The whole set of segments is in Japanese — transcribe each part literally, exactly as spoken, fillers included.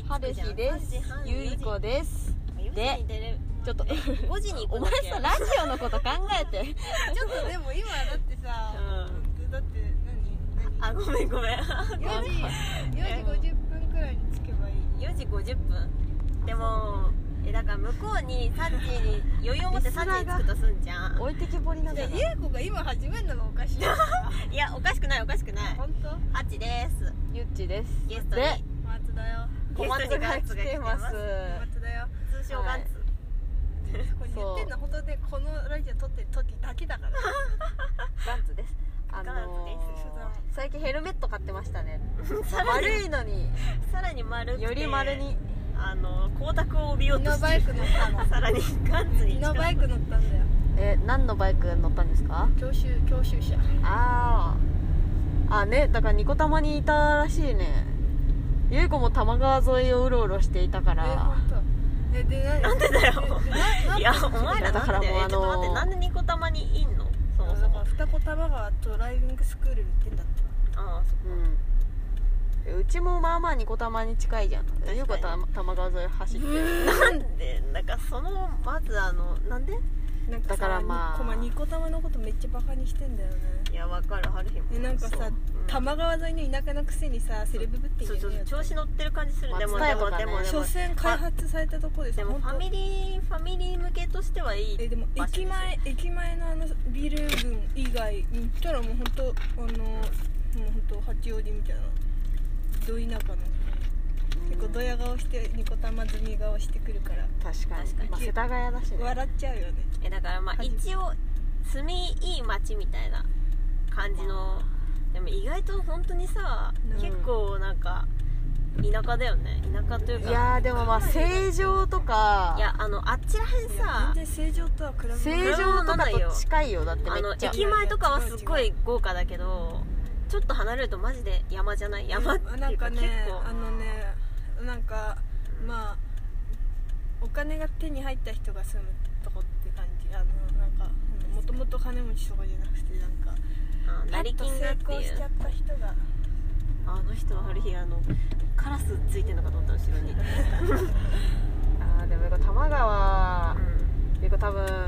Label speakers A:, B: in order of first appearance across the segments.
A: 春日です。ゆいこです。で、ちょっと
B: ごじに行く
A: お前さラジオのこと考えて。
C: ちょっとでも今だってさ、うん、だって何？
B: あ、ごめんごめん。
C: よじよじごじゅっぷんくらいに着けばいい。
B: よじごじゅっぷん。でもえだから向こうにさんじに余裕を持ってさんじに着くとすんじゃん。
A: 置いてけぼりなんだよ。
C: ゆうこが今始めるのがおかしい。
B: いやおかしくないおかしくない。
C: 本当？
B: ハチです。
A: ゆっちです。
B: ゲストに
C: 松だよ。
A: 小松が来てます。
C: 松だよ。
B: 通称ガンツ。
C: これ言ってんの本当でこのラジオ撮ってる時だけだから。
A: ガンツです。あのー、最近ヘルメット買ってましたね。丸いのに
B: さらに丸くて
A: より丸に
B: あの光沢を帯びようとして
C: のバイク乗ったの。
B: さらにガンツに
C: のバイク乗ったんだよ。
A: え何のバイク乗ったんですか？
C: 教習教習車。
A: あああね、だからニコタマにいたらしいね。ゆいこも多摩川沿いをうろうろしていたから。
C: え本当。えでな
B: なんでだよ。いやお前ら
A: だからもうあのー、
B: ちょっと待ってなんでニコタマにいんの？そもそも
C: 二子玉川ドライビングスクールに行ってんだって。
B: ああそっか。
A: うん。うちもまあまあニコタマに近いじゃん。ゆいこた多摩川沿い走ってる。
B: なんでなんかそのまずあのなんで？
C: なんか
A: だからまあ
C: ニコタマのことめっちゃバカにしてんだよね。
B: いやわかる春日も。
C: なんかさ多摩川沿いの田舎のくせにさセレブぶってんじゃねえよ。
B: そうそう調子乗ってる感じする。でもでもでも
C: 所詮開発されたとこです。
B: でもファミリーファミリー向けとしてはいい。
C: えでも駅前駅前のあのビル群以外に行ったらもう本当あのもう本当八王子みたいなど田舎の結構ドヤ顔してニコタマ済み顔してくるから
A: 確かに。
B: 確かに
A: まあ、世田谷だしね。
C: 笑っちゃうよね。
B: えだからまあ一応住みいい街みたいな感じの。でも意外と本当にさ、うん、結構なんか田舎だよね。田舎というか
A: いやーでもまあ成城とか
B: いやあのあっちらへんさ
C: 全然成城とは比べない。
A: 成城とかと近いよ。だってめっちゃ
B: あの駅前とかはすっごい豪華だけどちょっと離れるとマジで山じゃない？山っていうか
C: なんかね
B: 結構
C: あのねなんかまあお金が手に入った人が住むとこって感じ。あのなんかもともと金持ちとかじゃなくてなんか
B: 成金がっていう
C: 成功しちゃった人が
B: あの人はある日あのカラスついてるのかと思った後ろに
A: あーでも多摩川っていうか多分あ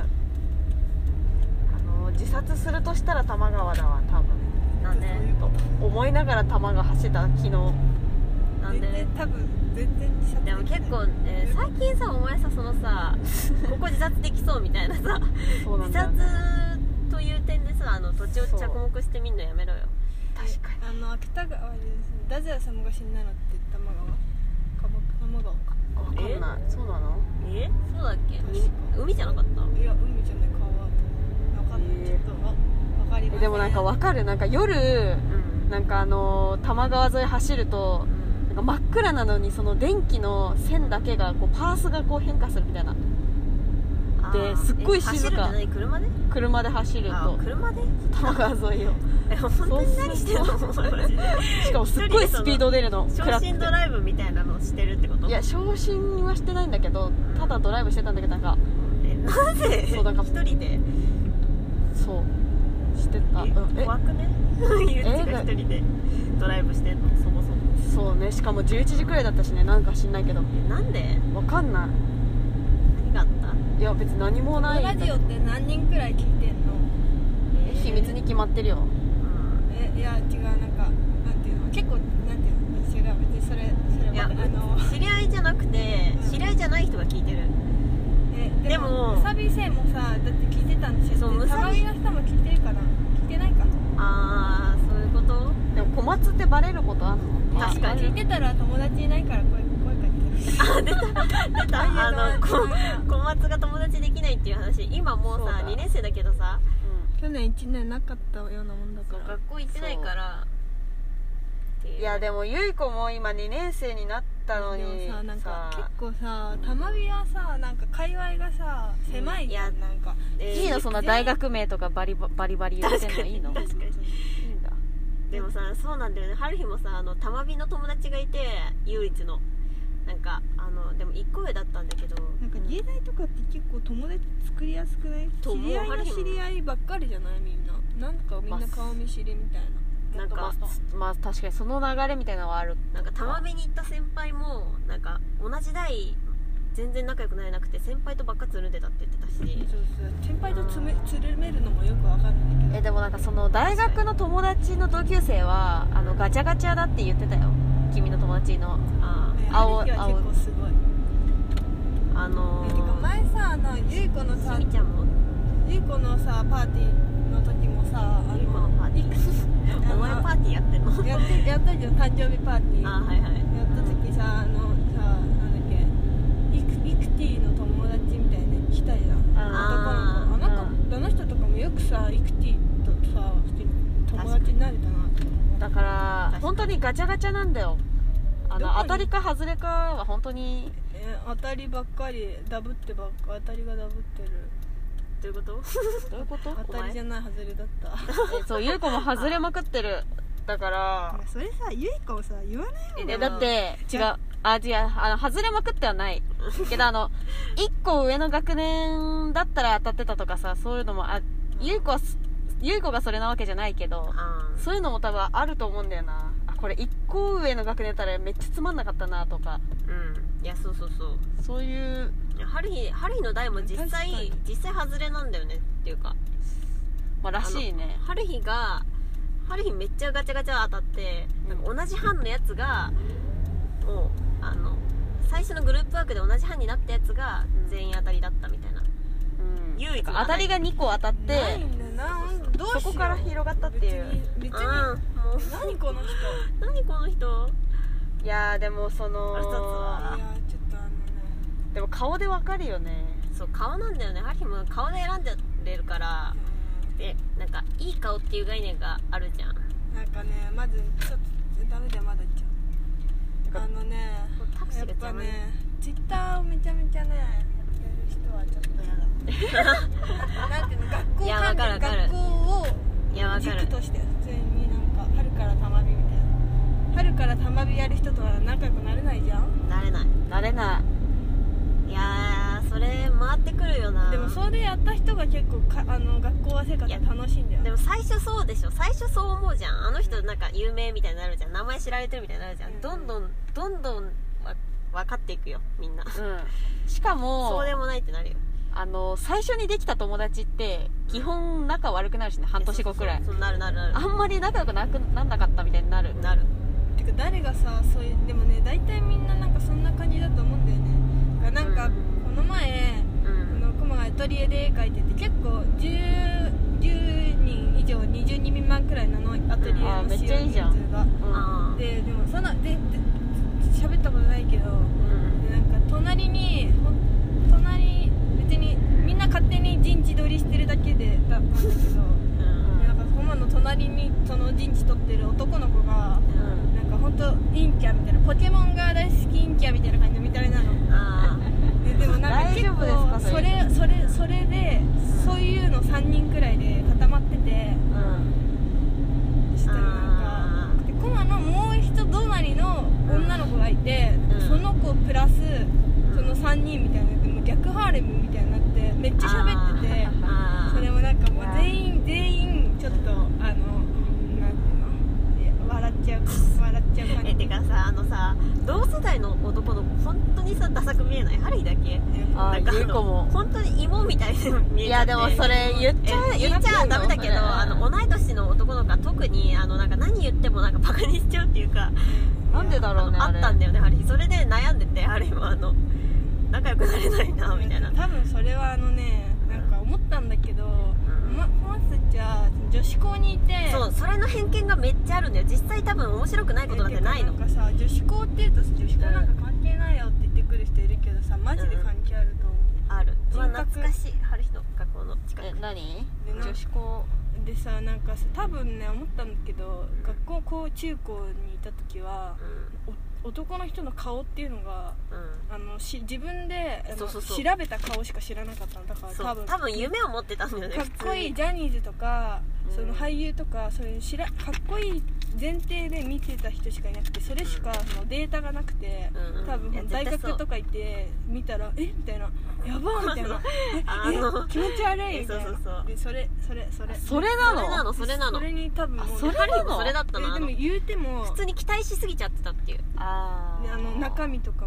A: の自殺するとしたら多摩川だわ多分。
B: なんで
A: 思いながら多摩川走ってた昨日。
B: なんで
C: 全然多分全然自殺
B: でも結構、えー、最近さお前さそのさここ自殺できそうみたいなさ
A: そうなん
B: 自
A: だよね、
B: 殺という点でさあの土地を着目してみんのやめろよ。
A: 確かに。
C: あの芥川ですね。ダズヤさんが死んだのって多摩川多摩川か
A: わかんない。そうなの？
B: えそうだっけ？海じゃなかった？
C: いや海じゃない川と分かんない、えー、ちょっとわ分かりません。
A: でもなんかわかる。なんか夜、うん、なんかあのー、多摩川沿い走ると、うん、なんか真っ暗なのにその電気の線だけがこうパースがこう変化するみたいな。ですっごい静か。
B: 走るって何？車で？
A: 車で走ると
B: 車で
A: 多摩川沿いを
B: え本当に何してんの？
A: しかもすっごいスピード出るの。
B: 昇進ドライブみたいなのしてるってこと？
A: いや昇進はしてないんだけどただドライブしてたんだけどなんか
B: えなぜ
A: そうなんか
B: 一人で
A: そうしてた。
B: え
A: うん、
B: 怖くね？ゆうちが一人でドライブしてんのそもそも。
A: そうねしかもじゅういちじくらいだったしねなんか知んないけど。
B: えなんで？
A: わかんない。
B: 何があった？
A: いや別に何もない。
C: ラジオって何人くらい聞いてんの？
A: えー、秘密に決まってるよ。
C: えいや違うなんかなんていうの結構なんていうの違う別にそれそれは
B: いや
C: あの
B: 知り合いじゃなくて、うん、知り合いじゃない人が聞いてる。
C: えでも
B: でも
C: ムサビ生もさだって聞いてたんですよ。
B: そうムサビ
C: たまにの人も聞いてるかな聞いてないか。
B: ああそういうこと？
A: でも小松ってバレることあんの？
B: 確かに
C: 聞いてたら友達いないから声声かけてほしい。
B: あ出た出たあのこ小松が友達できないっていう話今もうさにねん生だけどさ、
C: うん、去年いちねんなかったようなもんだから
B: 学校行ってないから
A: いやでもゆい子も今にねん生になったのに
C: でもさなんか結構さたまびはさなんか界隈がさ狭いじゃん。なんか、
A: えー、いいのそんな大学名とかバリバリバリ言ってんのいいの？
B: 確かにいいんだ。でもさそうなんだよね。春日もさあのたまびの友達がいて唯一のなんかあのでもいっこ上だったんだけど
C: なんか芸大とかって結構友達作りやすくない？知り合いの知り合いばっかりじゃないみんな。なんかみんな顔見知りみたいな。
B: なんか
A: まあ、まあ確かにその流れみたいなのはある。
B: なんかたまびに行った先輩もなんか同じ代全然仲良くなれなくて先輩とばっかつるんでたって言ってたし、
C: そうそう先輩とつめつるめるのもよくわかんないけど、
A: えでもなんかその大学の友達の同級生はあのガチャガチャだって言ってたよ、君の友達の。
B: あ
C: ね
A: 青
C: 春日は結構すごい。
B: ああの
C: えてか前さあのゆい子のさ
B: すみちゃんも
C: ゆい子のさパーティーの時もさあの
B: ゆい子のパーティーお前パーティーやってんの
C: やってやったじゃん誕生日パーティー。
B: あはいはい
C: やった時さあのさなんだっけイクイクティの友達みたいな来たじゃん、
A: あ
C: 男の子。あの
A: うん
C: 子あの人とかもよくさイクティとさ普通に友達になれたなって思う。
A: だから本当にガチャガチャなんだよ。あ
C: どこに
A: の当たりか外れかは本当に
C: え当たりばっかりダブってばっか当たりがダブってる。
B: どういうこと
A: どういうこと
C: 当たりじゃない外れだった
A: えそうゆい子も外れまくってる。だから
C: それさゆい子もさ言わない
B: え
C: よ。
A: えだって違うあ違うあの外れまくってはないけどあのいっこ上の学年だったら当たってたとかさ、そういうのもあゆい子はゆい子がそれなわけじゃないけど、
B: あ
A: そういうのも多分あると思うんだよな。あこれいっこ上の学年だったらめっちゃつまんなかったなとか、
B: うんいやそうそうそう
A: そういう
B: いや春日春日の代も実
C: 確か
B: 際
C: に
B: 実際外れなんだよねっていうか
A: まあらしいね。
B: 春日が春日めっちゃガチャガチャ当たってなんか同じ班のやつがもうあの最初のグループワークで同じ班になったやつが全員当たりだったみたいな、
A: うん、
B: 唯一
A: 当たりがにこ当たって
C: ないんだよな。どうしよう。
A: そこから広がったっていう
C: 別に別に
B: うんもう
C: 何この人。
B: 何この人
A: いやーでもその
B: あ一つはい
C: やちょっとあのね
A: でも顔でわかるよね。
B: そう顔なんだよね春日も顔で選んでれるからでなんかいい顔っていう概念があるじゃん
C: なんかねまずちょっとダメだよまだ言っちゃう。あのね
B: タクシ
C: やっ
B: ーが邪魔に
C: ぱねツイッターをめちゃめちゃねやってる人はちょっとやだなんていうの学校
B: いやわかるわかる
C: 学校を
B: いやわかる
C: 軸として普通になんか春から玉火みたいな春から玉火やる人とは仲良くなれないじゃん。
B: なれない
A: 慣れない
B: いやーそれ回ってくるよな
C: でもそれやった人が結構かあの学校生活楽しいんだよ。
B: でも最初そうでしょ最初そう思うじゃんあの人なんか有名みたいになるじゃん名前知られてるみたいになるじゃん、
C: うん
B: どんどんどんどんわ分かっていくよみんな
A: うんしかも
B: そうでもないってなるよ
A: あの最初にできた友達って基本仲悪くなるしね、半年後くらい
B: そうそうそうなるなるなる
A: あんまり仲良くなくなんなかったみたいになる。
B: なる
C: てか誰がさそういうでもね大体みんななんかそんな感じだと思うんだよね。だからなんか
B: うん
C: この前
B: う
C: あ
B: ん
C: のコマがアトリエで絵描いてて結構じゅう、じゅうにん以上にじゅうにんまんくらいなのアトリエ
A: あーめっ
C: の使用
A: ちゃいいじゃん
C: 人数が。
A: うん
B: あー
C: ででもそんなでで喋ったことないけど
B: うん
C: でなんか隣にほ隣別にみんな勝手に陣地取りしてるだけでだったんだけど
B: うん
C: でなんかコマの隣にその陣地取ってる男の子が
B: うん
C: なんか本当陰キャみたいなポケモンが大好き陰キャみたいな感じの見た目なの
B: あ
C: ででもなんか結
A: 大丈夫ですか
C: 構そ
A: それ
C: れそれそれでそういうのさんにんくらいで固まってて
A: うん
C: したらなんかでコマのもう一隣の女の子がいて、
B: うん
C: その子プラスそのさんにんみたいなでもう逆ハーレムみたいになってめっちゃ喋ってて
B: あ
C: それもなんかもう全員全員ちょっとあのなんていうの笑っちゃう笑っちゃう感じ
B: えてかさあのさ同世代の男の子本当にさダサく見えないハリーだけ
A: あ
B: なんか
A: ゆい子も
B: 本当に芋みたいに見えちゃって
A: いやでもそれ言っちゃ
B: え言っちゃダメだけどあの同い年の男の子は特にあのなんか何言ってもなんかバカにしちゃうっていうか
A: なんでだろうねあれ
B: あのあったんだよねハリーそれで悩んでてハリーもあの仲良くなれないなみたいな
C: 多分それはあのねなんか思ったんだけど、ま、この人たちは女子校にいて
B: そうそれの偏見がめっちゃあるんだよ実際多分面白くないことなんてないの
C: なんかさ女子校っていうとさ女子校なんか関係ないよって言ってくる人いるけどさマジで関係あると思う、
B: あるうわ
C: 人格
B: 懐かしいハリーの学校の近く
A: え何
C: でな
A: 女子校
C: でさなんかさ多分ね思ったんだけど学校高中高にいた時はお男の人の顔っていうのが
B: うんうん
C: あのし自分であの
B: そうそうそう
C: 調べた顔しか知らなかったのだから
B: そう
C: 多分
B: 多分夢を持ってたんだよね
C: かっこいいジャニーズとか、
A: うん
C: その俳優とかそういうしらかっこいい前提で見てた人しかいなくてそれしかそのデータがなくて、
B: うん
C: 多分
B: いや絶対そう
C: 大学とか行って見たらえみたいなやばみたいな
B: あ
C: え
B: の
C: え気持ち悪いみたいな
B: そうそうそう
C: でそれそれそれ
A: それな
B: それな
A: の
B: のそれなの
C: それに多分もう
A: あそれ
B: ハリーもそれだったの
C: えでも
B: あの
C: 言うても
B: 普通に期待しすぎちゃってたっていう
A: あー
C: ねあの中身とかも
B: う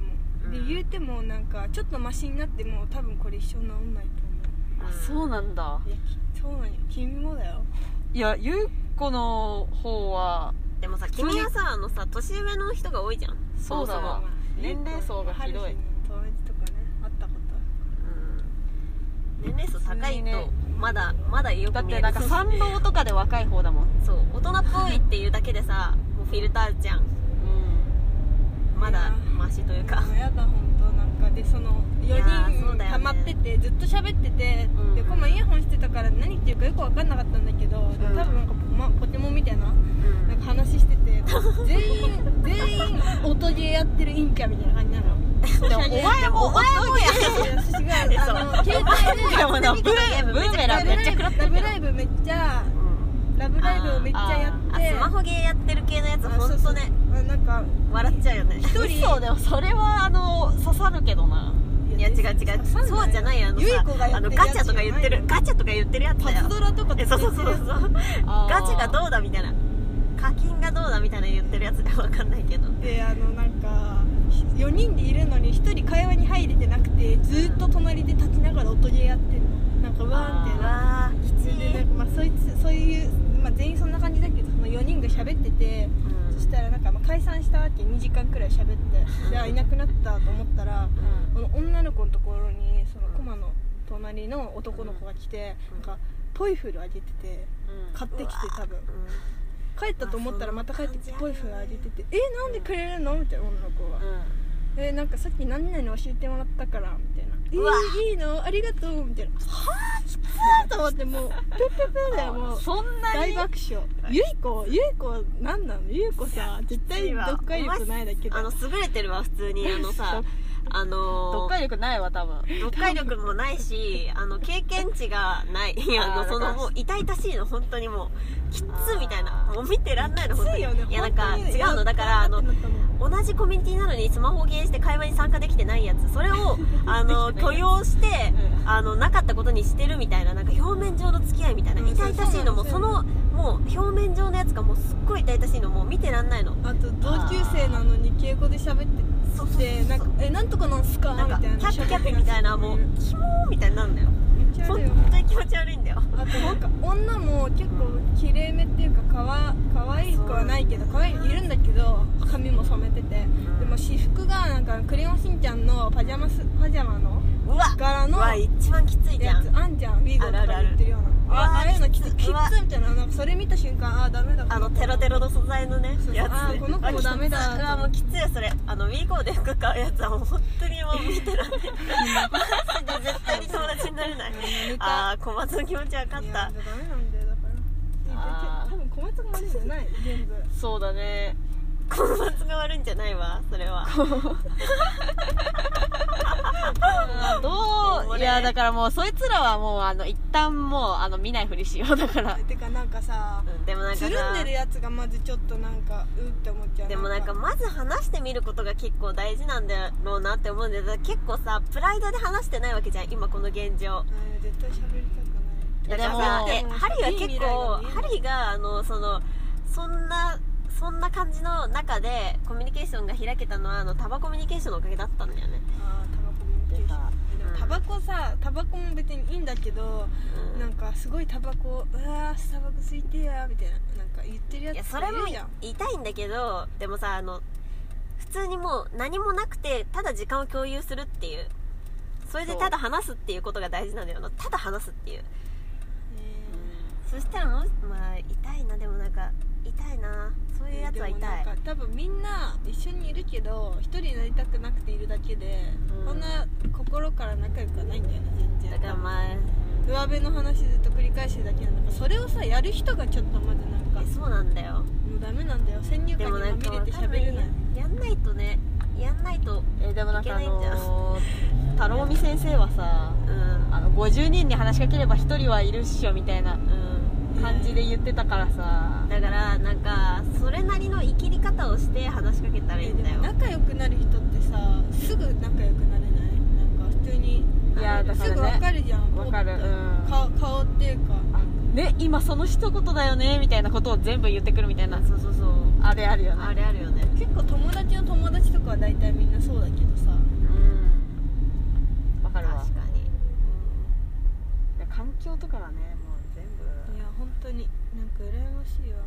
C: で言うてもなんかちょっとマシになっても多分これ一生治んないと思う。
A: あ、そうなんだ。
C: いやきそうなんよ、君もだよ。
A: いや、ゆうこの方は
B: でもさ、君はさ、あのさ、年上の人が多いじゃん。
A: そうだわ。
C: まあ
A: 年齢層がひどい。
C: 春日に友達とかね、会ったことある。
B: うん、年齢層高い
A: 普通にね
B: とまだまだよ
A: だ
B: く見える。
A: ってなんか参道とかで若い方だもん。
B: そう、大人っぽいっていうだけでさ、もうフィルターじゃん。まだマシというか。
C: もうやだ、本当なんかでそのよ
B: いやーそう
C: にん
B: だよね
C: 溜まってて、ずっと喋ってて、
A: うん
C: でコマイヤホンしてたから何言ってるかよく分かんなかったんだけど、で多分なんか、ま、ポケモンみたいな
B: うん
C: なんか話してて、全員全員音ゲーやってる陰キャみたいな感じなの。
A: でもお前も
B: お前もや
C: 私があの携帯で
A: でもなブーブーメランめっちゃ食らって
C: ラ
A: るけど
C: ブライブめっちゃラブライブをめっちゃや
B: あ、
C: って、
B: スマホゲーやってる系のやつ
C: あ
B: ほんとね、
C: そうそうなんか
B: 笑っちゃうよね。
C: 一人
A: 嘘。でもそれはあの刺さるけどな。
B: いや違う違う、そうじゃないよ。あの
C: ゆい
B: さ
C: 子がやってる
B: あのガチャとか言ってる、ガチャとか言ってるやつだよ。
C: パズドラとか
B: え、そうそうそうそう。
A: あー
B: ガチャがどうだみたいな、課金がどうだみたいな言ってるやつでわかんないけど。
C: であのなんかよにんでいるのにひとり会話に入れてなくて、ずっと隣で立ちながら音ゲーやってるの。なんかうわーみたいな。
B: わー、きつい。
C: でなんかまあそいつそういう、まあ、全員そんな感じだけど、そのよにんが喋ってて、
B: うん
C: そしたらなんかまあ解散したわけ、にじかんくらい喋って、じゃあいなくなったと思ったら、この女の子のところにそのコマの隣の男の子が来て、なんかポイフルあげてて、買ってきて多分帰ったと思ったらまた帰ってきてポイフルあげてて、えなんでくれるのみたいな、女の子が、えなんかさっき何々教えてもらったからみたいな、え
B: うわ
C: ー、いいのありがとうみたいな、はあきつーと思って、もうプープープーだよ、もう
A: そんなに
C: 大爆笑。ゆい子ゆい子なんなの、ゆい子さ絶対読解力ないだけど、
B: あの優れてるわ普通に。あのさあのー、
A: 読解力ないわ多分。
B: 読解力もないし、あの経験値がない。いや、あのそのもう痛々しいの、本当にもうきっつみたいな、もう見てらんないの本当に。
C: きついよね、
B: いやなんか
C: 本当に
B: 違うのだから、あの同じコミュニティなのにスマホゲーして会話に参加できてないやつ、それをあの許容してあのなかったことにしてるみたいな、なんか表面上の付き合いみたいな、
C: うん
B: 痛々しいのも、
C: そ
B: そうのもう表面上のやつがもうすっごい痛々しいの、もう見てらんないの。
C: あと同級生なのに敬語で喋って
B: そうそう
C: て、なんかえなんとかなんすか
B: なんか
C: みたいな、
B: キャッキャッみたいな、もうキモーみたいになるんだよ。本
C: めっちゃあるよ。
B: 当に気持ち悪いんだよ。
C: あとなんか女も結構きれいめっていうか、かわかわいくはないけど、かわいいいるんだけど、髪も染めてて、でも私服がなんかクレヨンしんちゃんのパジャマスパジャマの
B: うわ
C: 柄の
B: うわ一番きついじゃ
C: や
B: ん。
C: つあんじゃん、ウィーゴとかで言ってるような、
B: あるあるある
C: あああいうのきつきつ
B: うわ
C: みたいな、なんかそれ見た瞬間、あーダメだ、
B: あのテロテロの素材のね
C: そうそう
B: やつ。
C: あーこの子もダメだ
B: あきついうわもうきついよそれ。あのウィーゴーで服買うやつはもう本当にもう見てらんない。マジで絶対に友達になれない。
C: ネタ
B: ああ小松の気持ち分かった。
C: いやダメなんだよ、だから
A: あー
C: 多分小松が悪いんじゃない全部。
A: そうだね。
B: 小松が悪いんじゃないわそれは。
A: どういやだからもうそいつらはもうあの一旦もうあの見ないふりしようだから。
C: てかなんかさ、
B: うんでもなんかさ
C: つるんでるやつがまずちょっとなんかうって思っちゃう。
B: でもなんかまず話してみることが結構大事なんだろうなって思うんだけど、結構さプライドで話してないわけじゃん今この現状。
C: うん絶対喋りたくない。
B: だからさ
A: で
B: え
C: も
B: ハリーは結構
C: いい未来が見える
B: ハリーがあのそのそんなそんな感じの中でコミュニケーションが開けたのはあのタバコミュニケーションのおかげだったんだよね。
C: あータバコミュニケーション。でも
B: うん
C: タバコさ、タバコも別にいいんだけど、
B: うん
C: なんかすごいタバコ、うわータバコ吸いてやみたいな、なんか言ってるやつ
B: いやそれも
C: いるじゃん。
B: 言いたいんだけど、でもさあの普通にもう何もなくてただ時間を共有するっていう、それでただ話すっていうことが大事なんだよな。ただ話すっていう。そしたらもうまあ痛いな。でもなんか痛いな、そういうやつは痛い。
C: でもなんか多分みんな一緒にいるけど一人になりたくなくているだけで、
A: うん
C: そんな心から仲良くはないんだよね全然。
B: だからまあ
C: 上辺の話ずっと繰り返してるだけなんだから、それをさやる人がちょっとまずなんか
B: えそうなんだよ。
C: もうダメなんだよ、先入
B: で
C: 観にま
B: もなんか
C: みれて喋れない。
B: やんないとね、やんないと。
A: えでもなんかあ
B: いけないんじゃん
A: のー、太郎美先生はさ、
B: うん
A: あのごじゅうにんに話しかければひとりはいるっしょみたいな
B: うん。
A: 感じで言ってたからさ。
B: だからなんかそれなりの生きり方をして話しかけたらいい
C: えで
B: んだよ。
C: も仲良くなる人ってさすぐ仲良くなれない？なんか普通に
A: いやだからね
C: すぐわかるじゃん。
A: わかる
C: こう
A: うん
C: 顔顔っていうか、
A: あね今その一言だよねみたいなことを全部言ってくるみたいな、
B: そうそうそう。
A: あれあるよね。
B: あれあるよね。
C: 結構友達の友達とかは大体みんなそうだけどさ、
B: うん
A: 境とかはねもう全部
C: いや本当になんか羨ましいわ。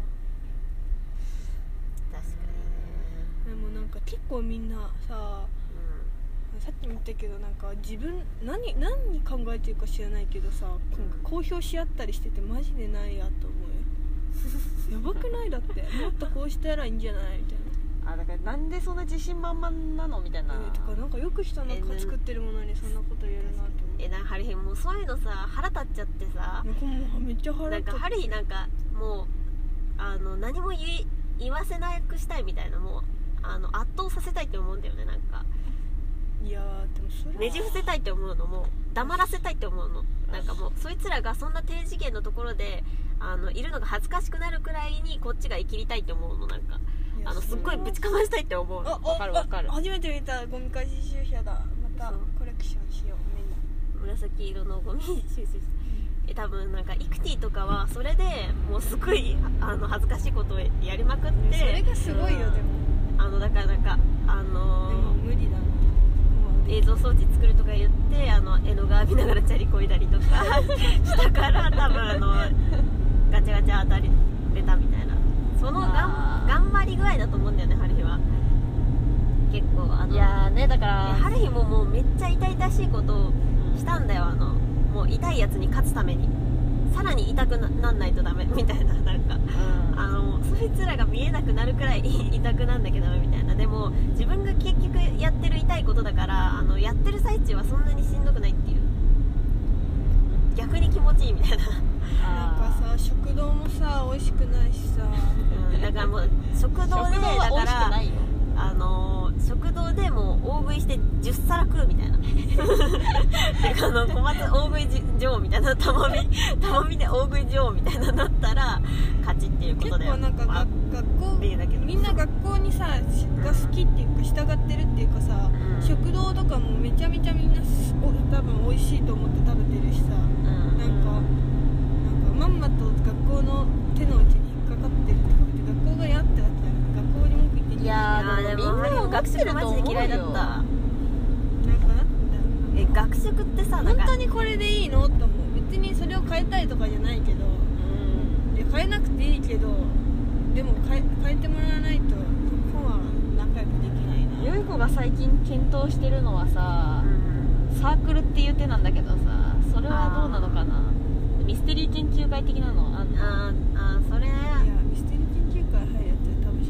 B: 確かにね。
C: でもなんか結構みんなさ、さっきも言ったけどなんか自分何何考えてるか知らないけどさ、なんか公表し合ったりしててマジでないやと思うよ。やばくない？だってもっとこうしたらいいんじゃないみたいな。
A: あだからなんでそんな自信満々なのみたいな、
C: えー、とかなんかよく人の
B: えー
C: 作ってるものにそんなこと言えるなと思う。
B: えなんかハリーもうそういうのさ腹立っちゃってさ、
C: なんかもうめっちゃ腹
B: なん
C: 立って
B: かハリーなんかもうあの何も言い言わせなくしたいみたいな、もうあの圧倒させたいって思うんだよね。なんか
C: いやーでもそれ
B: ねじ伏せたいって思うのも黙らせたいって思うの。なんかもうそいつらがそんな低次元のところであのいるのが恥ずかしくなるくらいにこっちが生きりたいって思うの。なんかあのすっごいぶちかましたいって思うの。
C: あ
A: わかるわかる。
C: あ初めて見たゴミ回収車だ。また
B: そう
C: コレクションしよう。メニ
B: 紫色のゴミ収集してえ多分なんかイクティとかはそれでもうすごいあの恥ずかしいことをやりまくっ
C: ュー。それ
B: て、
C: がすごいよ、
A: うん
C: でも
B: あのだからなんかあ
C: でも
B: の
C: 無理だな。
B: 映像装置作るとか言ってあの絵の具浴びながらチャリこいだりとかしたから多分あのガチャガチャ当たりれたみたいな、そのがん頑張り具合だと思うんだよね。ハリーは結構あの
A: いやーねだか
B: いや
A: ら
B: ハリーももうめっちゃ痛々しいことをしたんだよ。あのもう痛いやつに勝つためにさらに痛く な, なんないとダメみたいな、なんか
A: うん
B: あのそいつらが見えなくなるくらい痛くなんなきゃダメみたいな。でも自分が結局やってる痛いことだからあのやってる最中はそんなにしんどくないっていう、逆に気持ちいいみたいな
C: なんかさ食堂もさ美味しくないしさ、
B: うん、だからもう食堂で
A: 食堂は美味し
B: だから
A: くないよ。
B: あのー食堂でもう大食いしてじゅっさら食うみたいなであの小松大食い女王みたいな、たまみたまみで大食い女王みたいななったら勝ちっていうことで
C: 結構なんか
B: まあ
C: が学校
B: 例だけど
C: みんな学校にさが好きっていうか従ってるっていうかさ、
B: うん
C: 食堂とかもめちゃめちゃみんなすお多分美味しいと思って食べてるしさ、
B: うん
C: なんかなんかまんまと学校の手の内に引っかかってるとかって学校がやってあったら学校に文句言ってんじ
A: い
C: ゃん。
A: やーでも
B: いやーでも
A: みんな思って
B: 学食
A: ると思うよ。
B: マジで嫌いだった。
C: なんかなんだ
B: え学食ってさなんか
C: 本当にこれでいいのと思う。別にそれを変えたいとかじゃないけど、
A: うん
C: いや変えなくていいけどでも変え変えてもらわないと本は仲良くできないな。
A: よい子が最近検討してるのはさ、
B: うん
A: サークルっていう手なんだけどさ、それはどうなのかな。ミステリー研究会的なのあんの？
B: あーあーそれ
C: いやミステリー研究会入るやつ多分し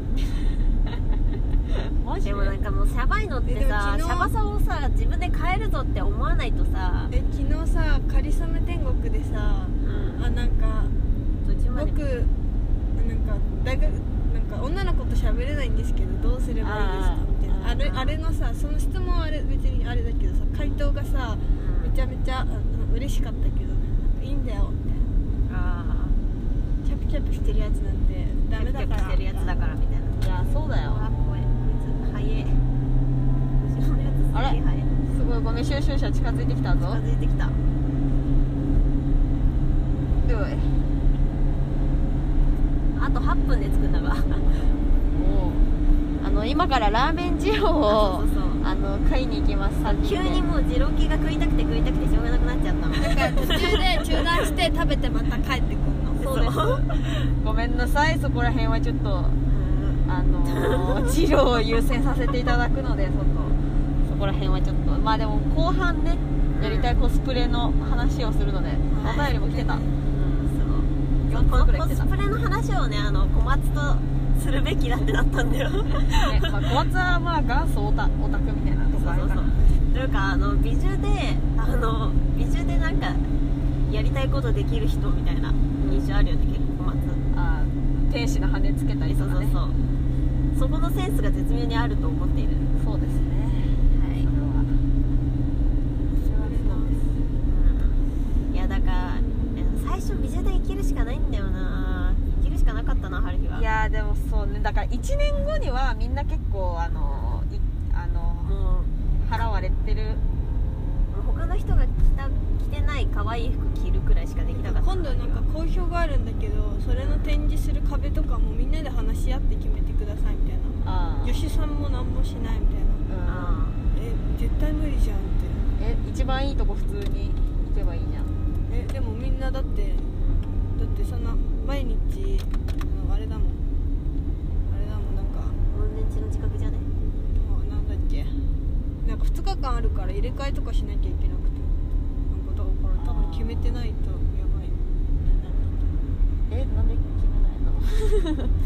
C: ゃばい。
A: マジで？
B: でもなんかもうシャバいのって
C: えでも
B: さ
C: 昨日
B: シャバさをさ自分で変えるぞって思わないとさ、
C: え昨日さかりそめ天国でさ、
B: うん
C: あなんか
B: 途中まで
C: 僕なんか大学なんか女の子と喋れないんですけどどうすればいいですかみたいな、あれあれのさその質問はあれ別にあれだけどさ回答がさめちゃめちゃあ嬉しかったけどね、なんかいいんだよみたいな、
B: あ
C: チャプチャプしてるやつなんてダメだから
B: キャピキャピしてるやつだからみたいない
A: やそうだよ。
B: あ怖いこいつ早え後ろのやつすげえ
A: あれ
B: 早え
A: すごいゴミ収集車近づいてきたぞ。
B: 近づいてきた。
A: うい
B: あとはっぷんで着くんだが
A: もうあの今からラーメン二郎を
B: そうそうそう
A: あの買いに行きます。さんにんで
B: 急にもう二郎系が食いたくて食いたくてしょうがなくなっちゃったの。
C: だから途中で中断して食べてまた帰ってくるの。
A: そうです。ごめんなさい、そこら辺はちょっと
B: うん
A: あの二郎を優先させていただくので、そこそこら辺はちょっとまあでも後半ねやりたいコスプレの話をするので、お便りも来てた。
B: そう
A: よんこ
B: この
A: くらい来てた。ね、
B: コスプレの話をねあの小松とするべきだってなったんだよ
A: まあ、小松はまあ元祖オタオタクみたいなとこあるから。
B: というかあの美獣であの美獣でなんかやりたいことできる人みたいな印象あるよね結構小松。
A: あー天使の羽つけたりとかね。
B: そうそうそうそこのセンスが絶妙にあると思っている。
A: そうですね。
B: はい
A: それはそれはそうです。
B: うんいやだから最初美獣で生きるしかないんだよな。生きるしかなかったな春日は。
A: いやーでもそうね、だからいちねんごにはみんな結構あのいあの
B: もう
A: 払われてる。
B: 他の人が着た着てない可愛い服着るくらいしかできなかった。
C: 今度なんか好評があるんだけどそれの展示する壁とかもみんなで話し合って決めてくださいみたいな。
A: あー
C: 女子さんも何もしないみたいな。
B: あ
C: え絶対無理じゃんって。
A: え一番いいとこ普通に行けばいいじゃん。
C: ええでもみんなだってだってそんな毎日あのあれだもんあれだもんなんか
B: 温泉地の近くじゃね。
C: もうなんだっけなんかふつかかんあるから入れ替えとかしなきゃいけなくてなんかだから多分決めてないとやばい。
A: えなんで決めないのなんで決めない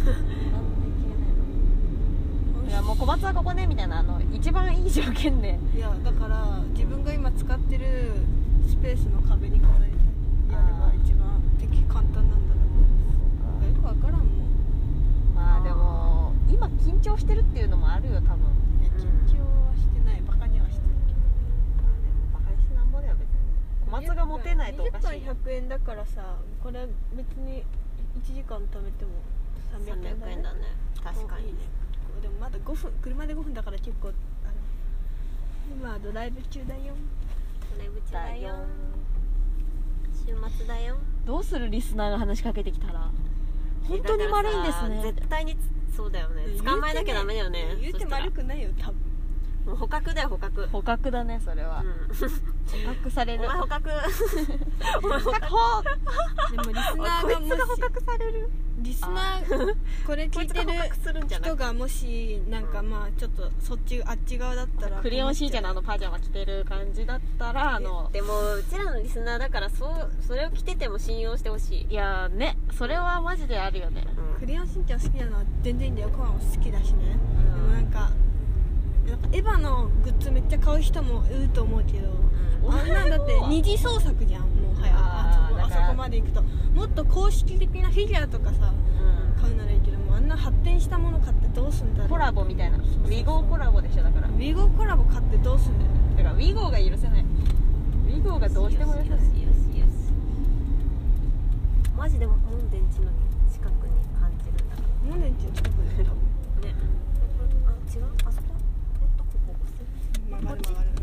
A: のいやもう小松はここねみたいなあの一番いい条件で
C: いやだから自分が今使ってるスペースの壁にこれやれば一番的簡単なんだろう。よくわからんもん。
A: まあでも今緊張してるっていうのもあるよ多分。
C: いや緊張はしてないバカにはしてるけど。
A: まあでもバカにしてなんぼだよ別に。小松が持てないとおかしい。
C: にじゅっかんひゃくえんだからさこれ別にいちじかん貯めてもさんびゃくえんだね。
B: さんびゃくえんだね。確かにね。
C: でもまだごふん車でごふんだから結構あの今ドライブ中だよ。
B: ドライブ中だよ。週末だよ。
A: どうするリスナーが話しかけてきたら本当に丸いんですね。
B: 絶対にそうだよね。捕まえなきゃダメだよね。
C: 言うて丸くないよ多分。
B: もう捕獲だよ捕獲。
A: 捕獲だねそれは、
B: うん、
A: 捕獲される。
B: お前捕獲
A: お前捕獲
C: でもリスナー
B: こいつ
C: がもし
B: が捕獲される。
C: リスナーこれ聞いてる
B: こいつが捕獲するんじゃなくて
C: 人がもしなんかまあちょっとそっちあっち側だったら
A: クレヨンしーちゃんのあのパジャマ着てる感じだったらあの
B: でもうちらのリスナーだからそうそれを着てても信用してほしい。
A: いやねそれはマジであるよね。
C: クレヨンしんちゃん好きなのは全然いいんだよ。コアも好きだしね、
B: うん
C: でもなんかなんかエヴァのグッズめっちゃ買う人もいると思うけど、
B: うん
C: あんなんだって二次創作じゃんもはや。
A: あーだから
C: あそこあそこまで行くともっと公式的なフィギュアとかさ
B: うん
C: 買うならいいけどもあんな発展したもの買ってどうすんだろう。
A: コラボみたいなウ
C: そうそうそう
A: ィゴーコラボでしょだから。
C: ウィゴーコラボ買ってどうすんだよ。
A: だからウィゴーが許せない。ウィゴーがどうしても許せない。
B: よしよしよし。マジで門田地の近くに感じるんだか
C: モネンチの近くで多分
B: らね。あ違うあそこえっとここ
C: 曲がる曲がる、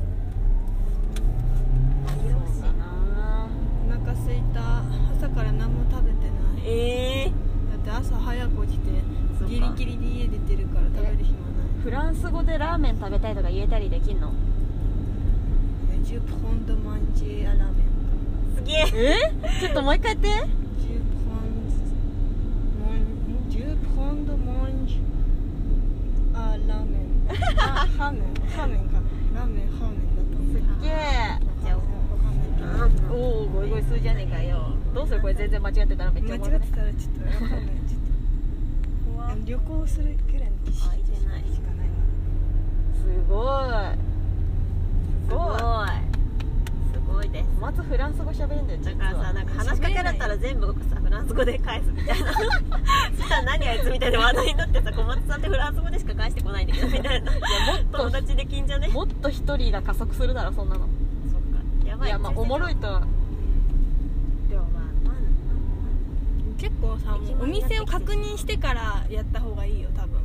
A: そうだな。
C: うん、お腹すいた。朝から何も食べてない。
B: ええ
C: だって朝早く起きて
B: そうか
C: ギリギリで家出てるから食べる暇ない。
A: フランス語でラーメン食べたいとか言えたりできんの？
C: ジュプロンドマンジェアラーメン。
B: すげえ。
A: えちょっともう一回言って。
C: ジュプロンモンジュプロンドマンジェアラーメン。あハーメンハーメンかラーメンハーメンだと思う。
A: すっげえ。
B: じゃあ
C: わかんないけど
A: おおゴイゴイ数じゃねえかよ。どうするこれ全然間違ってたらめっちゃ
C: 間
A: おもろいね
C: 違ってたらちょっとわかんないちょっ
B: 怖
C: と旅行するぐらいの知識
B: あいけない
C: しかない
A: すごい。
B: すごいすごいです。
A: 小松フランス語喋れんだよ
B: だ
A: 実は。
B: からさなんか話しかけられたら全部さフランス語で返すみたいなそしたら何あいつみたいな話題になってさ小松さんってフランス語でしか返してこないんだけどみたいないやもっと友達できんじゃね。
A: もっと一人が加速するだろそんなの。
B: そっかやばい。
A: いやまあおもろいとは。
B: でもまあまあ
C: 結構さもうお店を確認してからやった方がいいよ多分。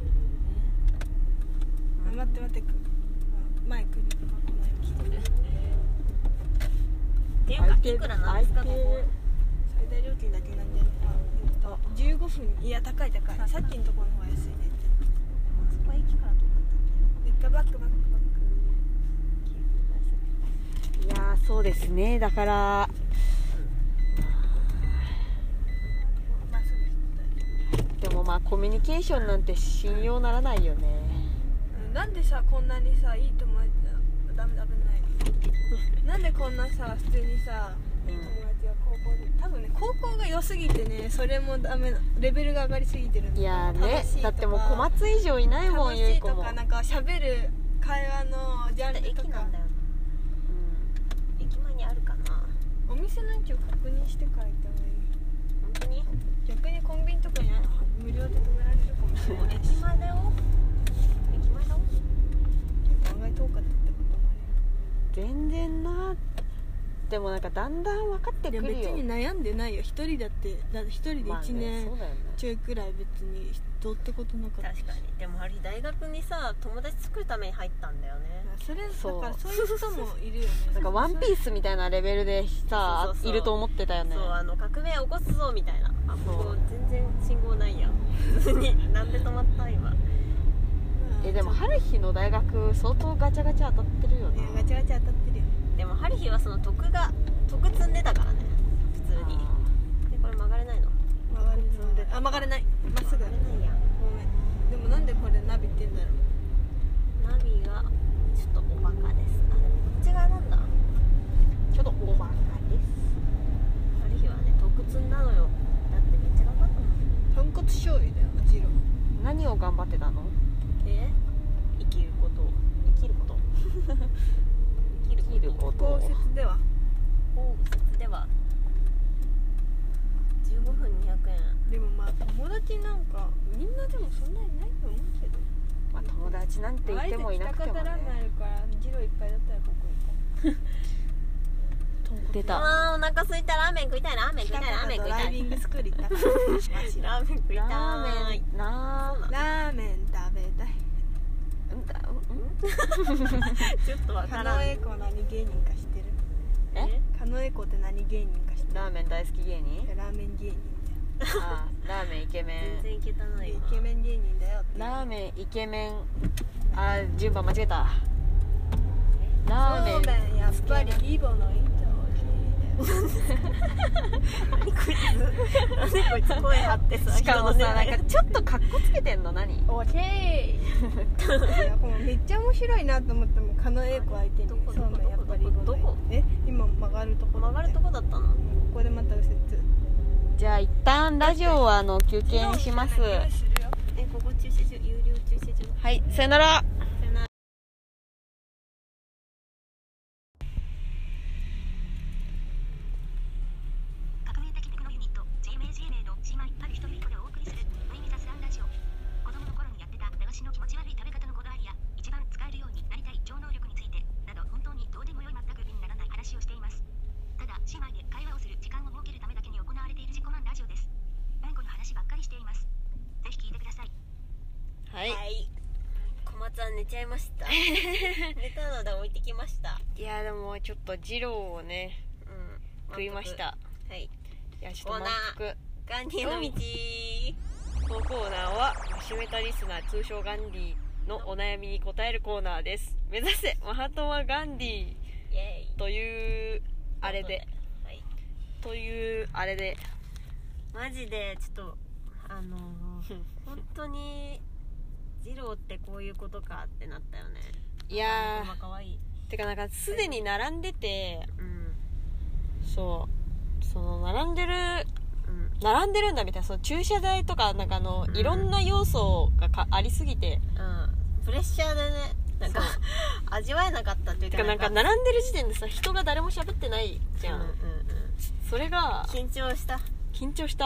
C: あ待って待ってマイクに来ない来てる。
B: っていうかいくらなんですかここ。
C: 最大料金だけなんじゃない。あ、えっとじゅうごふんいや高い高い。さっきのところの方が安いね。
B: そこは駅から遠かったんだよ。
C: めっちゃバックバックバック。
A: いやーそうですねだから
C: まあそうです。
A: でもまあコミュニケーションなんて信用ならないよね。
C: なんでさこんなにさいい友達ダメダメないなんでこんなさ普通にさいい友達が高校で多分ね高校が良すぎてねそれもダメなレベルが上がりすぎてるんだ
A: いやーね
C: 楽しいとか
A: だってもう小松以上いないもん
C: 楽しい
A: ゆい子も。
C: とかなんか喋る会話のジャンルとか
B: 駅なんだよな。駅前にあるかな。
C: お店の位置を確認してから行った方がいい。
B: 本当に
C: 逆にコンビニとかに無料で止められるかもしれない。
B: 駅前だよ。駅前だよ。
C: 案外遠かったってこともあ
A: 全然な。でもなんかだんだん分かって
C: るよ。い
A: くるよ。
C: や別に悩んでないよ。一人だってだって一人で
A: まあね
C: 一年
A: そうだよね。
C: ちょいくらい別にどうってことなかった。
B: 確かに。でもあれ大学にさ友達作るために入ったんだよね。
C: それ
A: そう
C: だからそういう人もいるよね。
A: なんかワンピースみたいなレベルでさ
B: そうそうそう
A: いると思ってたよね。
B: そうあの革命起こすぞみたいな。あ
A: そう
B: ここ全然信号ないやん。普通になんで止まった今。
A: えでも春日の大学相当ガチャガチャ当たってるよね。
C: いやガチャガチャ当たってるよ。
B: でもハリヒはその徳が徳積んでたからね普通に。でこれ曲がれないの？
C: 曲がる積んであ曲がれないまっすぐ
B: 曲がれないやん。
C: ごめんでもなんでこれナビってんだろう
B: ナビがちょっとおバカです。あでもこっち側なんだ。
A: ちょっとおバカです。
B: ハリヒはね徳積んだのよ。だってめっちゃ頑張ったもん。
C: 豚骨醤油だよジロ
A: 何を頑張ってたの？
B: え生きること生きること生きること
C: 降雪では
B: 降雪ではじゅうごふんにひゃくえん。
C: でもまあ友達なんかみんなでもそんなにないと思うけど
A: まあ友達なんて言ってもいなくても
C: あえて北方ラーメンあ
A: ね。
C: るからジロいっぱいだったらここ行こ
A: 出た。
B: あーお腹空いた。ラーメン食いたい。ラーメン
C: う
B: 食いたい。ラーメン食いたい。
C: ドライビングスクール行ったからわし
B: ラーメン食いたい。
A: ラーメンなー。
C: ラーメン食べたい
A: うんだ
B: ちょっとわからん。
C: 狩野英孝何芸人か知ってる
A: え
C: 狩野英孝って何芸人か知ってる
A: ラーメン大好き芸人？
C: ラーメン芸人
A: あーラーメンイケメン。
B: 全然いけたない
C: イ
B: わ。
C: ケメン芸人だよって
A: ラーメンイケメン。あー順番間違えた。ラーメン
C: そうめんやっぱりリボの糸
B: 何こいつ何こいつ声張ってさ。
A: しかもさ
B: 人のね
A: なんかちょっとカッコつけてんの何？
C: オーケーいやこのめっちゃ面白いなと思っても狩野英孝相手に
B: どこ
C: そうめんやっぱりリボの
B: どこ
C: え今曲がるとこ
B: 曲がるとこだったの？
C: ここでまた右折
A: じゃあ一旦ラジオはあの休憩にします。
B: えここ駐車場有料駐車場。
A: はい、さよなら。
B: さよなら。
D: 革命的テクノユニット ジェーエムエージェーエムエー の姉妹ある一人っ子でお送りする無意味雑談ラジオ。子供の頃にやってた駄菓子の気持ち悪い食べ方のこだわりや一番使えるようになりたい超能力についてなど本当にどうでもよい全く意味にならない話をしています。ただ姉妹で会話をする時間を設けるためだけに行われている自己満ラジオです。うんこの話ばっかりしています。ぜひ聞いてください。
A: はい。
B: はい小松は寝ちゃいました寝たので置いてきました。
A: いやでもちょっと二郎をね
B: うん
A: 食いました。
B: はい。
A: いやちょっと満腹。
B: ガンディの道。
A: このコーナーはシメタリスナー通称ガンディのお悩みに答えるコーナーです。目指せマハトマガンディ
B: イエーイ。
A: というあれで
B: はい
A: というあれで
B: マジでちょっとあのー、本当にジローってこういうことかってなったよね。
A: いや
B: ーかわいい。
A: ーてかなんかすでに並んでて
B: うん
A: そうその並んでる
B: うん
A: 並んでるんだみたいなその駐車代とかなんかあの、
B: うん、
A: いろんな要素がかありすぎて
B: うんプレッシャーでねなんか味わえなかったっていうか
A: てかなんか並んでる時点でさ人が誰も喋ってないじゃん、
B: うんうんうん、
A: それが
B: 緊張した。
A: 緊張した。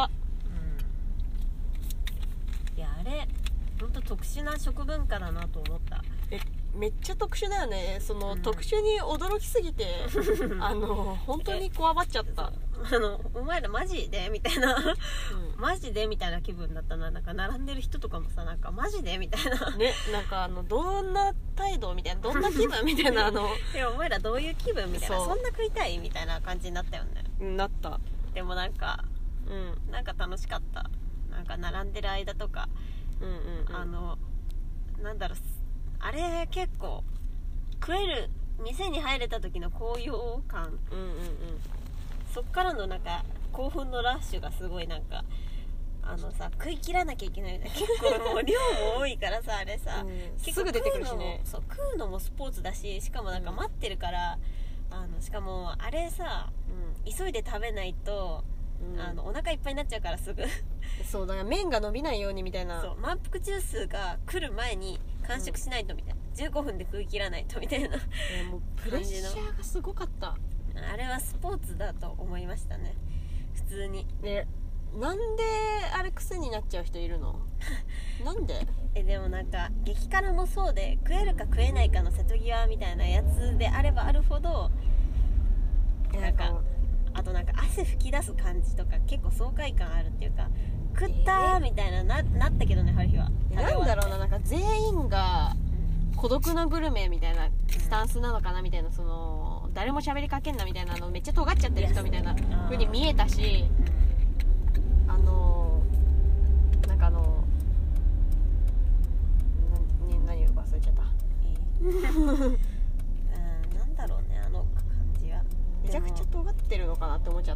B: うんいやあれ本当特殊な食文化だなと思った。
A: えめっちゃ特殊だよねその、
B: うん、
A: 特殊に驚きすぎてあの本当にこわばっちゃった
B: あのお前らマジでみたいな、
A: うん
B: マジでみたいな気分だったな。なんか並んでる人とかもさなんかマジでみたいな
A: ねなんかあのどんな態度みたいなどんな気分みたいなあの
B: いやお前らどういう気分みたいな
A: そ,
B: そんな食いたいみたいな感じになったよね。
A: なった
B: でもなんか
A: うん
B: なんか楽しかった。なんか並んでる間とか、
A: うんうんうん
B: あのなんだろうあれ結構食える店に入れた時の高揚感、
A: うんうんうん
B: そっからのなんか興奮のラッシュがすごいなんかあのさ食い切らなきゃいけないみたいな結構もう量も多いからさあれさ、
A: うん
B: 結構
A: すぐ出てくるしね
B: 食うのもそう食うのもスポーツだししかもなんか待ってるから、あのしかもあれさ急いで食べないと、
A: うん
B: あのお腹いっぱいになっちゃうからすぐ
A: そうだから麺が伸びないようにみたいな
B: そう満腹中枢が来る前に完食しないとみたいな、じゅうごふんで食い切らないとみたいな
A: えーもうプレッシャーがすごかった
B: あれはスポーツだと思いましたね普通に。
A: ねなんであれ癖になっちゃう人いるのなんで
B: えでもなんか激辛もそうで食えるか食えないかの瀬戸際みたいなやつであればあるほどなんかあとなんか汗吹き出す感じとか結構爽快感あるっていうか食ったーみたいな な, なったけどねハリヒは
A: なんだろうななんか全員が孤独なグルメみたいなスタンスなのかなみたいなその誰も喋りかけんなみたいなのめっちゃ尖っちゃってる人みたいな風に見えたしあのなんかあのな何を忘れちゃった
B: うんなんだろうねあの
A: って思っちゃった。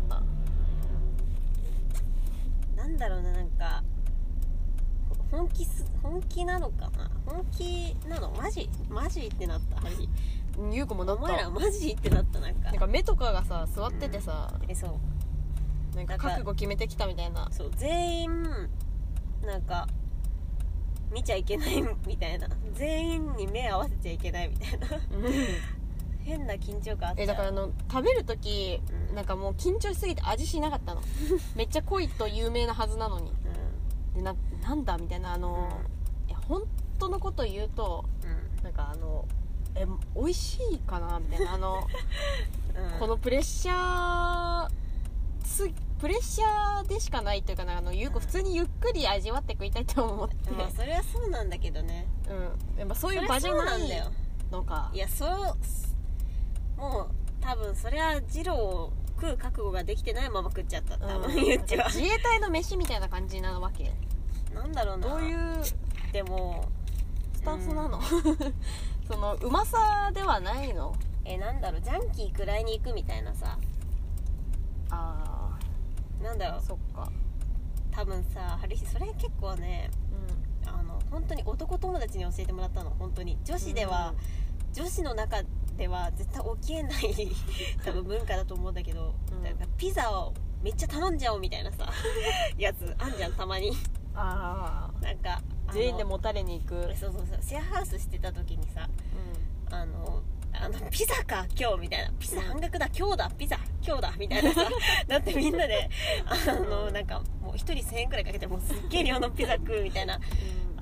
B: なんだろうな、なんか本気す本気なのかな、本気なの、マジマジってなった。
A: ゆうこもなった。
B: お前らマジってなった。なんか
A: なんか目とかがさ座っててさ、
B: うん、えそう
A: なんか覚悟決めてきたみたいな。
B: そう全員なんか見ちゃいけないみたいな、全員に目合わせちゃいけないみたいな変な緊張感あった。
A: えだからあの食べるとき、
B: うん、
A: なんかもう緊張しすぎて味しなかったのめっちゃ濃いと有名なはずなのに、
B: うん、
A: で な, なんだみたいな、あの、うん、いや本当のこと言うと、うん、なんかあのえ美味しいかなみたいなあの、うん、このプレッシャーすプレッシャーでしかないというかな、あのゆうこ普通にゆっくり味わって食いたいと思って、
B: うん、まあそれはそうなんだけどね、
A: うん、やっぱそういう場じゃないのか。
B: いやそうもう多分それは二郎を食う覚悟ができてないまま食っちゃった、多分、うん、ゆっちは
A: 自衛隊の飯みたいな感じなわけ。
B: なんだろうな、
A: どういう
B: でも
A: スタンスなの、うん、そのうまさではないの。
B: えなんだろう、ジャンキー食らいに行くみたいなさ、
A: あ
B: ーなんだろう、
A: そっか、
B: 多分さハリヒそれ結構ね、うん、あの本当に男友達に教えてもらったの。本当に女子では、うん、女子の中では絶対起きえない多分文化だと思うんだけど、うん、だからピザをめっちゃ頼んじゃおうみたいなさやつあんじゃんたまに。
A: ああ、
B: なんか
A: 全員でもたれに行く。
B: そうそうそう、シェアハウスしてた時にさ、うん、あのあのピザか今日みたいな、ピザ半額だ今日だ、ピザ今日だみたいなさだってみんなであのなんかもうひとりせんえんくらいかけてもうすっげえ量のピザ食うみたいな、うん、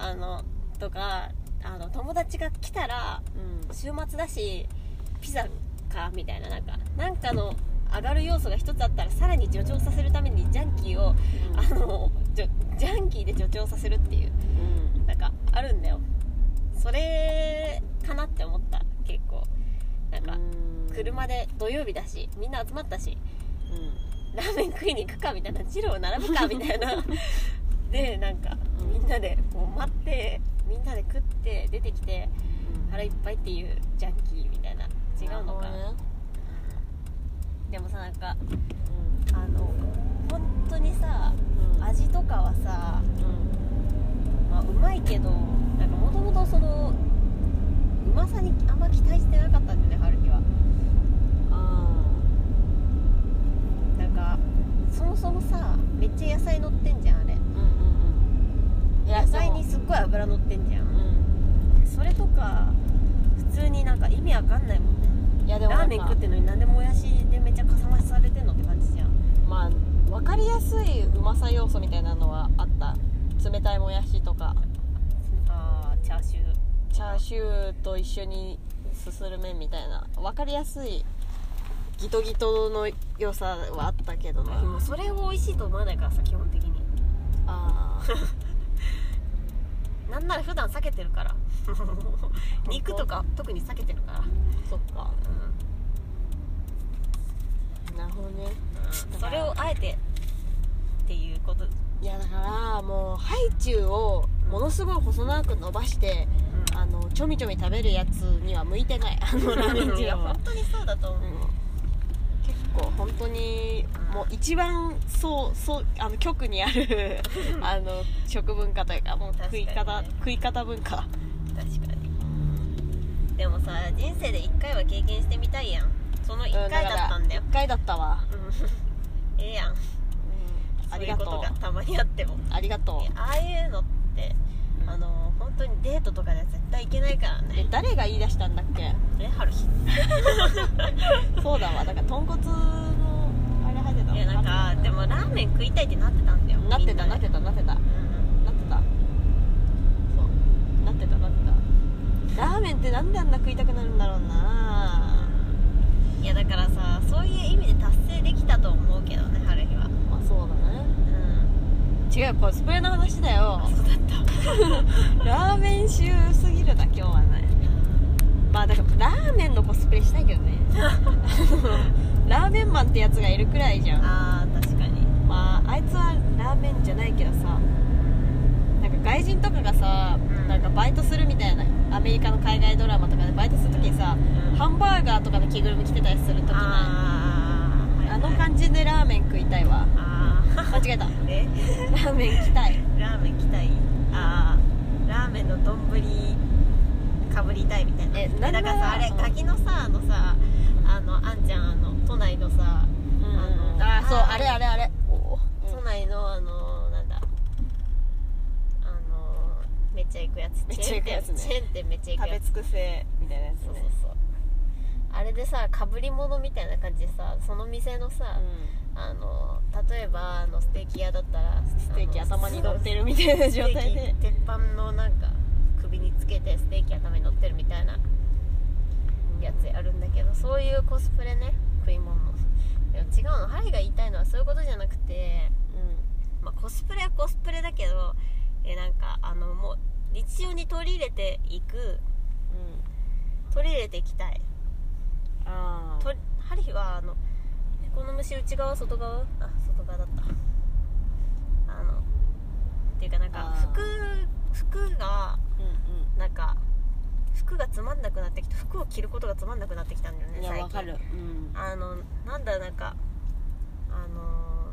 B: あのとか、あの友達が来たら、うん、週末だしピザかみたいな、なんかなんかの上がる要素が一つあったらさらに助長させるためにジャンキーを、うん、あのジャンキーで助長させるっていう、うん、なんかあるんだよ。それかなって思った。結構なんか車で土曜日だしみんな集まったし、うん、ラーメン食いに行くかみたいな、ジロー並ぶかみたいなでなんかみんなでこう待ってみんなで食って出てきて、うん、腹いっぱいっていうジャンキーみたいな、違うのか、ね、でもさなんか、うん、あの本当にさ、うん、味とかはさ、うんまあ、うまいけどなんかもともとそのうまさにあんま期待してなかったんだよね、春日は。あなんかそもそもさめっちゃ野菜乗ってんじゃんあれ、うんうんうん、野菜にすっごい油乗ってんじゃん、うん、それとか普通になんか意味わかんないもんね。いやでもラーメン食ってんのになんでもやしでめっちゃかさ増しされてんのって感じじゃん。
A: まあ分かりやすいうまさ要素みたいなのはあった。冷たいもやしとか、
B: あーチャーシュー
A: チャーシューと一緒にすする麺みたいな分かりやすいギトギトの良さはあったけどね。
B: でもそれを美味しいと思わないからさ基本的に。ああなんなら普段避けてるから肉とか特に避けてるから。
A: そっか、うん、なるほどね、
B: うん、それをあえてっていうこと。
A: いやだからもうハイチュウをものすごい細長く伸ばして、うん、あのちょみちょみ食べるやつには向いてないあのラーメン二郎は。
B: 本当にそうだと思う、うん、
A: 結構本当にもう一番そうそうあの局にあるあの食文化というかもう食い方、ね、食い方文化。確か
B: に。でもさ人生でいっかいは経験してみたいやん。そのいっかいだったんだよ、
A: うん、いっかいだったわ
B: ええやん、うん、ありがとう。そういうことがたまにあっても
A: ありがとう。
B: ああいうのってあの本当にデートとかでは絶対行けないからね。
A: え誰が言い出したんだっけ。
B: え春日
A: そうだわ。だから豚骨のあれ入ってた。
B: いやなんかでもラーメン食いたいってなってたんだよ。
A: なってたなってたなってた、うん、なってたそうなってたなってた。ラーメンってなんであんな食いたくなるんだろうな。
B: いやだからさそういう意味で達成できたと思うけどね春日は。
A: まあそうだね、うん、違うコスプレの話だよ。
B: そうだった
A: ラーメン臭すぎるな今日はね。まあだからラーメンのコスプレしたいけどねラーメンマンってやつがいるくらいじゃん。
B: あー確かに。
A: まああいつはラーメンじゃないけどさ、なんか外人とかがさ、うん、なんかバイトするみたいなアメリカの海外ドラマとかでバイトするときにさ、うん、ハンバーガーとかの着ぐるみ着てたりするときね、あ, あの感じでラーメン食いたいわ。
B: あ
A: 間違えた。
B: え
A: ラーメン行きたい。
B: ラーメン来たい。あーラーメンの丼かぶりたいみたいな。
A: えなん
B: だからさあれ
A: うん
B: 柿のさあのさあのあんちゃんあの都内のさ
A: うんうんうん、
B: あの
A: あーそう
B: あー
A: あれあれあれ、おー、
B: 都内のあのなんだあのめっちゃ行くやつ
A: めっちゃ行くやつね
B: チェーン店めっちゃ行くやつ
A: 食べ尽くせみたいなやつね。
B: そうそうそうあれでさかぶり物みたいな感じでさその店のさ、あの例えばあのステーキ屋だったら
A: ステーキ
B: あの
A: 頭に乗ってるみたいな状態で
B: ステーキ鉄板のなんか首につけてステーキ頭に乗ってるみたいなやつやるんだけど、そういうコスプレね食い物のでも違うの。ハリーが言いたいのはそういうことじゃなくて、まあ、コスプレはコスプレだけどえなんかあのもう日常に取り入れていく
A: うんうん
B: 取り入れていきたい。
A: あー
B: とハリーはあのこの虫内側外側あ外側だったあのっていうかなんか
A: あー
B: 服服が
A: うん
B: なんか服がつまんなくなってきて服を着ることがつまんなくなってきたんだよ
A: うんいや
B: ね最近。
A: わかる、うん、
B: あのなんだなんかあの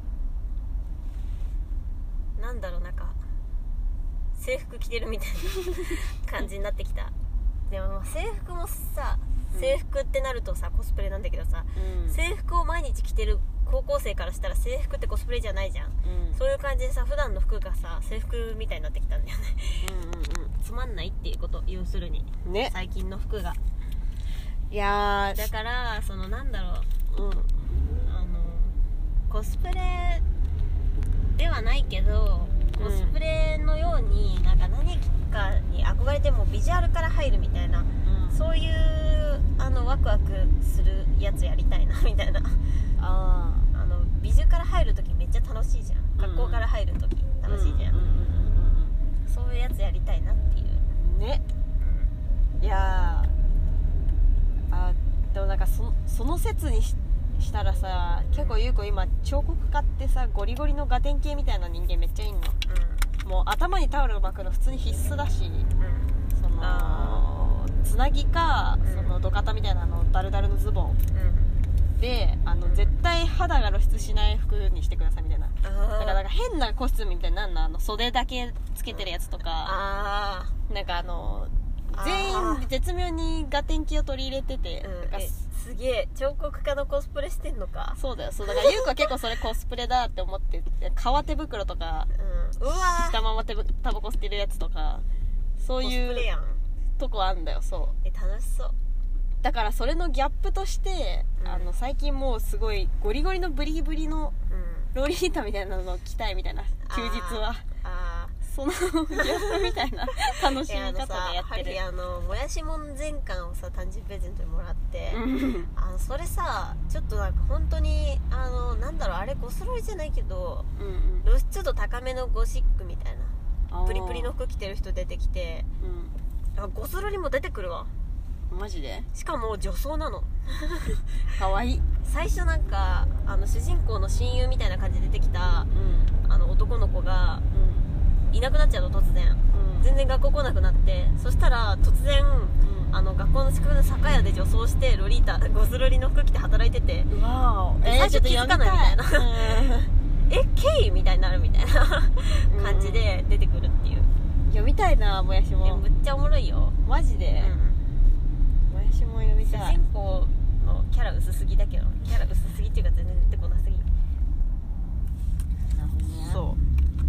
B: ーなんだろうなんか制服着てるみたいな感じになってきた。でも制服もさ制服ってなるとさコスプレなんだけどさ、
A: うん
B: 制服を毎日着てる高校生からしたら制服ってコスプレじゃないじゃん。
A: うん
B: そういう感じでさ普段の服がさ制服みたいになってきたんだよね
A: うんうん
B: つまんないっていうこと要するに
A: うんね
B: 最近の服が
A: いやー
B: だからそのなんだろう
A: うん
B: あのコスプレではないけどコスプレのようになんか何かに憧れてもビジュアルから入るみたいなそういうあのワクワクするやつやりたいなみたいな
A: あ
B: あの美術から入るときめっちゃ楽しいじゃん。学校から入るとき
A: ー
B: 楽しいじゃん、
A: うんうんうん
B: そういうやつやりたいなっていう。
A: うんねいやーあでもなんか そ, その説に し, したらさ結構ゆうこ今彫刻家ってさゴリゴリのガテン系みたいな人間めっちゃいんの。もう頭にタオルを巻くの普通に必須だし、
B: うんうん
A: そのつなぎか、
B: うん
A: その土方みたいなのダルダルのズボン
B: うん
A: であの、
B: うん
A: 絶対肌が露出しない服にしてくださいみたいな。だ
B: あ
A: からなんか変なコスチュームみたいになんのあの袖だけつけてるやつとか、
B: あ
A: なんかあの
B: あー
A: 全員絶妙にガテン系を取り入れてて、
B: ー、うん、
A: なんか
B: えすげえ彫刻家のコスプレしてんのか。
A: そうだよ。そうだからゆうこは結構それコスプレだって思って革手袋とか
B: うん、うわ
A: したまま手ぶタバコ吸ってるやつとかそう
B: コ
A: いう
B: スプレやん。
A: とこあんだよ。そう
B: え楽しそう。
A: だからそれのギャップとして、
B: うん
A: あの最近もうすごいゴリゴリのブリブリの
B: うん、
A: ロリータみたいなのを着たいみたいな休日は
B: あ
A: そのギャップみたいな楽し
B: ーいやあの
A: み方で
B: さハ
A: やってる
B: リーあのもやしもん全巻をさ誕生日プレゼントにもらって、
A: うん
B: あのそれさちょっとなんか本当にあのなんだろうあれゴスロリじゃないけど
A: うん
B: 露出度高めのゴシックみたいな
A: うん
B: プリプリの服着てる人出てきて
A: う
B: あゴスロリも出てくるわ。
A: んマジで
B: しかも女装なの。
A: かわいい。
B: 最初なんかあの主人公の親友みたいな感じで出てきた
A: うん
B: あの男の子がいなくなっちゃうの突然
A: うん
B: 全然学校来なくなって、そしたら突然
A: うん
B: あの学校の近くの酒屋で女装してロリータゴスロリの服着て働いてて、
A: うわー
B: 最初気づかないみたいな
A: ちょっと読み
B: えケイみたいになるみたいな感じで出てくるっていう、
A: たい読みたいなもやし
B: え
A: も
B: むっちゃおもろいよ、
A: マジで、もやしも読み
B: 主
A: たい
B: 人公のキャラ薄すぎだけどキャラ薄すぎっていうか全然出てこなすぎ。
A: なるほどね
B: そう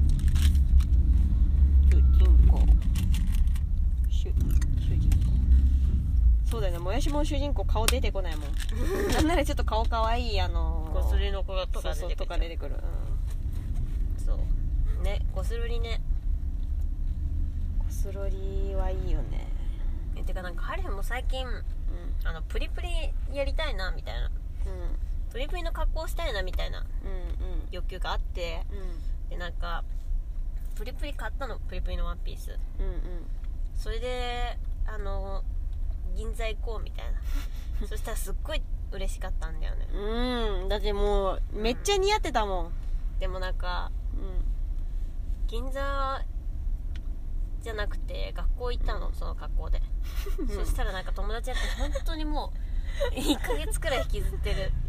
A: 主人公主主人公そうだよね。もやしも主人公顔出てこないもんなんならちょっと顔かわいいあの
B: ゴスロリの子がとか
A: そうそうと
B: 出てくる
A: か出てくる、うん
B: そうねゴスロリね。
A: コスロリはいいよね。
B: えてかなんかハリーも最近
A: うん
B: あのプリプリやりたいなみたいな
A: うん
B: プリプリの格好したいなみたいな
A: うん
B: 欲求があって、
A: うん
B: でなんかプリプリ買ったのプリプリのワンピース。
A: うんうん
B: それであの銀座行こうみたいなそしたらすっごい嬉しかったんだよね。
A: うんうんだってもうめっちゃ似合ってたもん。
B: でもなんか
A: う
B: 銀座じゃなくて学校行ったの、その格好でそしたらなんか友達やって本当にもういっかげつくらい引きずってる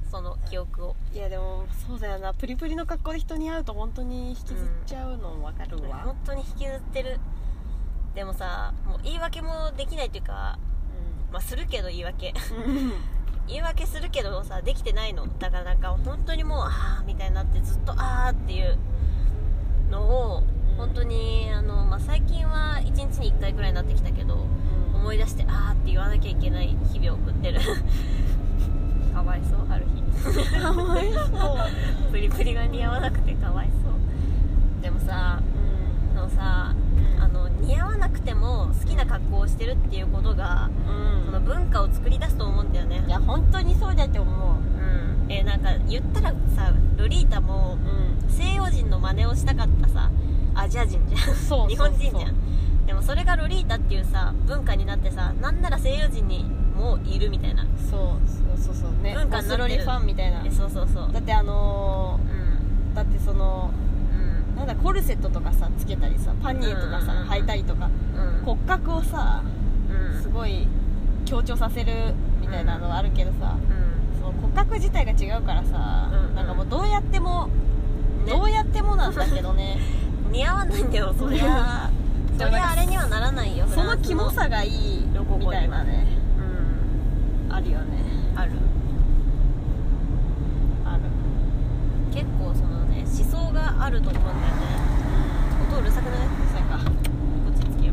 B: その記憶を。
A: いやでもそうだよな、プリプリの格好で人に会うと本当に引きずっちゃうの分かるわ、
B: 本当に引きずってる。でもさ、もう言い訳もできないというか、まあするけど言い訳言い訳するけどさ、できてないの。だからなんか本当にもうあーみたいになってずっとあーっていうのを本当にあの、まあ、最近はいちにちにいっかいくらいになってきたけど、
A: うん、
B: 思い出してあーって言わなきゃいけない日々を送ってるかわいそう、ある日
A: かわいそう
B: プリプリが似合わなくてかわいそう。でもさ、
A: うん、
B: あのさ、あの似合わなくても好きな格好をしてるっていうことが、
A: うん、
B: その文化を作り出すと思うんだよね。
A: いや本当にそうだって思う。
B: うん、えー、なんか言ったらさ、ロリータも
A: うん、
B: 西洋人の真似をしたかったさ、アジア人じゃん。
A: そうそうそう
B: 日本人じゃん。でもそれがロリータっていうさ文化になってさ、なんなら西洋人にもいるみたいな
A: そうそうそうそうね、
B: 文化になってる
A: ゴスロリファンみたいな。
B: えそうそうそう。
A: だってあの
B: うん
A: ー、だってその
B: うん
A: なんだコルセットとかさつけたりさ、パニエとかさ、
B: うん
A: 履いたりとか、
B: うん
A: 骨格をさ
B: うん
A: すごい強調させるみたいなのはあるけどさ、
B: うん
A: その骨格自体が違うからさ、
B: うん
A: なんかもうどうやっても、
B: ね
A: どうやってもなんだけどね
B: 似合わないんだよ、そりゃそりゃあれにはならないよ。
A: そのキモさがいいみたいなね、
B: うん
A: あるよね。
B: ある。
A: ある。
B: 結構そのね思想があると思うんだよね。音うるさくない？
A: うるさいか。
B: こっちつけよう。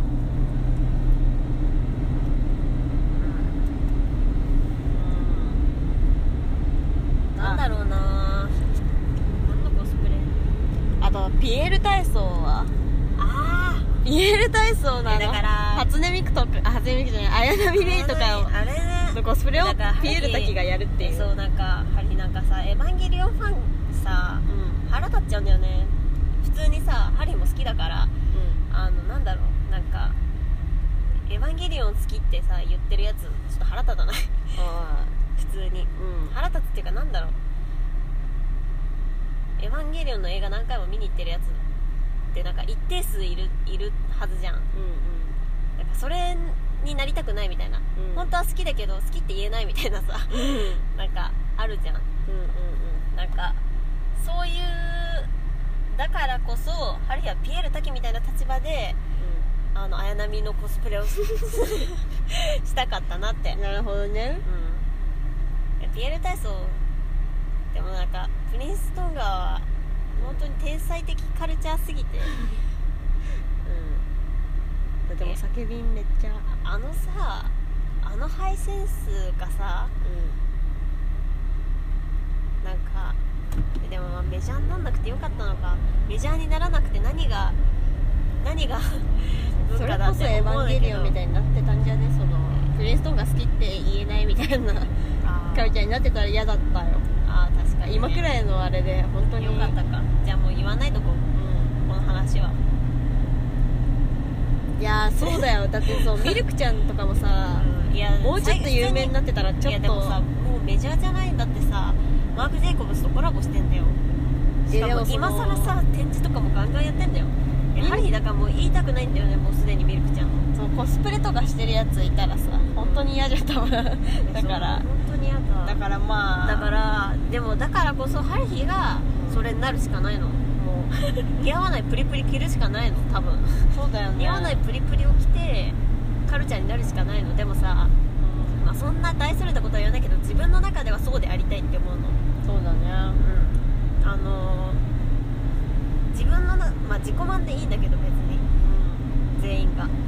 B: うん、なんだろうな、何のコスプレ。
A: あとピエール体操は
B: あ
A: ピエール体操のあの
B: だから
A: 初音ミクとか、あ初音ミクじゃない綾波レイとか
B: あれね
A: のコスプレを
B: だから
A: ピエール滝がやるっていう。
B: そう、なんかハリなんかさ、エヴァンゲリオンファンさ
A: うん
B: 腹立っちゃうんだよね。普通にさハリーも好きだから、あのなんだろう、なんかエヴァンゲリオン好きってさ言ってるやつちょっと腹立たない
A: あ
B: 普通に
A: うん
B: 腹立つっていうか、なんだろう、エヴァンゲリオンの映画何回も見に行ってるやつってなんか一定数いるいるはずじゃん。
A: うん
B: なんかそれになりたくないみたいな、
A: うん
B: 本当は好きだけど好きって言えないみたいなさ
A: うんうん
B: なんかあるじゃん。
A: うんうん
B: なんかそういうだからこそハリーはピエール滝みたいな立場であの綾波のコスプレをしたかったなって
A: うん。なるほどね。
B: うん、ピエール体操でもなんかプリンストンガーは本当に天才的カルチャーすぎて
A: うん。でも叫びめっちゃ、
B: あのさあのハイセンスがさ、なんかでもまあメジャーになんなくてよかったのか、メジャーにならなくて何が何が
A: うん、そ
B: 文化だっ
A: れこそエ
B: て思うんだけど、
A: ヴァンゲリオンみたいになってたんじゃね。そのプリンストンが好きって言えないみたいな
B: あー
A: カルチャーになってたら嫌だったよ。
B: あー確かに、ね、
A: 今くらいのあれで本当に
B: よかったか。じゃあもう言わないとこ
A: うん
B: この話は。
A: いやーそうだよ。だってそうミルクちゃんとかもさ、
B: いや
A: もうちょっと有名になってたらちょっと、
B: いやでもさもうメジャーじゃないんだってさ、マーク・ジェイコブスとコラボしてんだよ。しかも今さらさ展示とかもガンガンやってんだよ。えハリーだからもう言いたくないんだよね、もうすでにミルクちゃん。
A: そうコスプレとかしてるやついたらさ本当に嫌じゃったわだから
B: 本当に嫌だ。
A: だからまあ
B: だからでもだからこそハリーがそれになるしかないの。もう似合わないプリプリ着るしかないの多分。
A: そうだよね。
B: 似合わないプリプリを着てカルチャーになるしかないの。でもさ、まあ、そんな大それたことは言わないけど自分の中ではそうでありたいって思うの。
A: そうだね。
B: うん、あのー、自分のな、まあ、自己満でいいんだけど別に全員が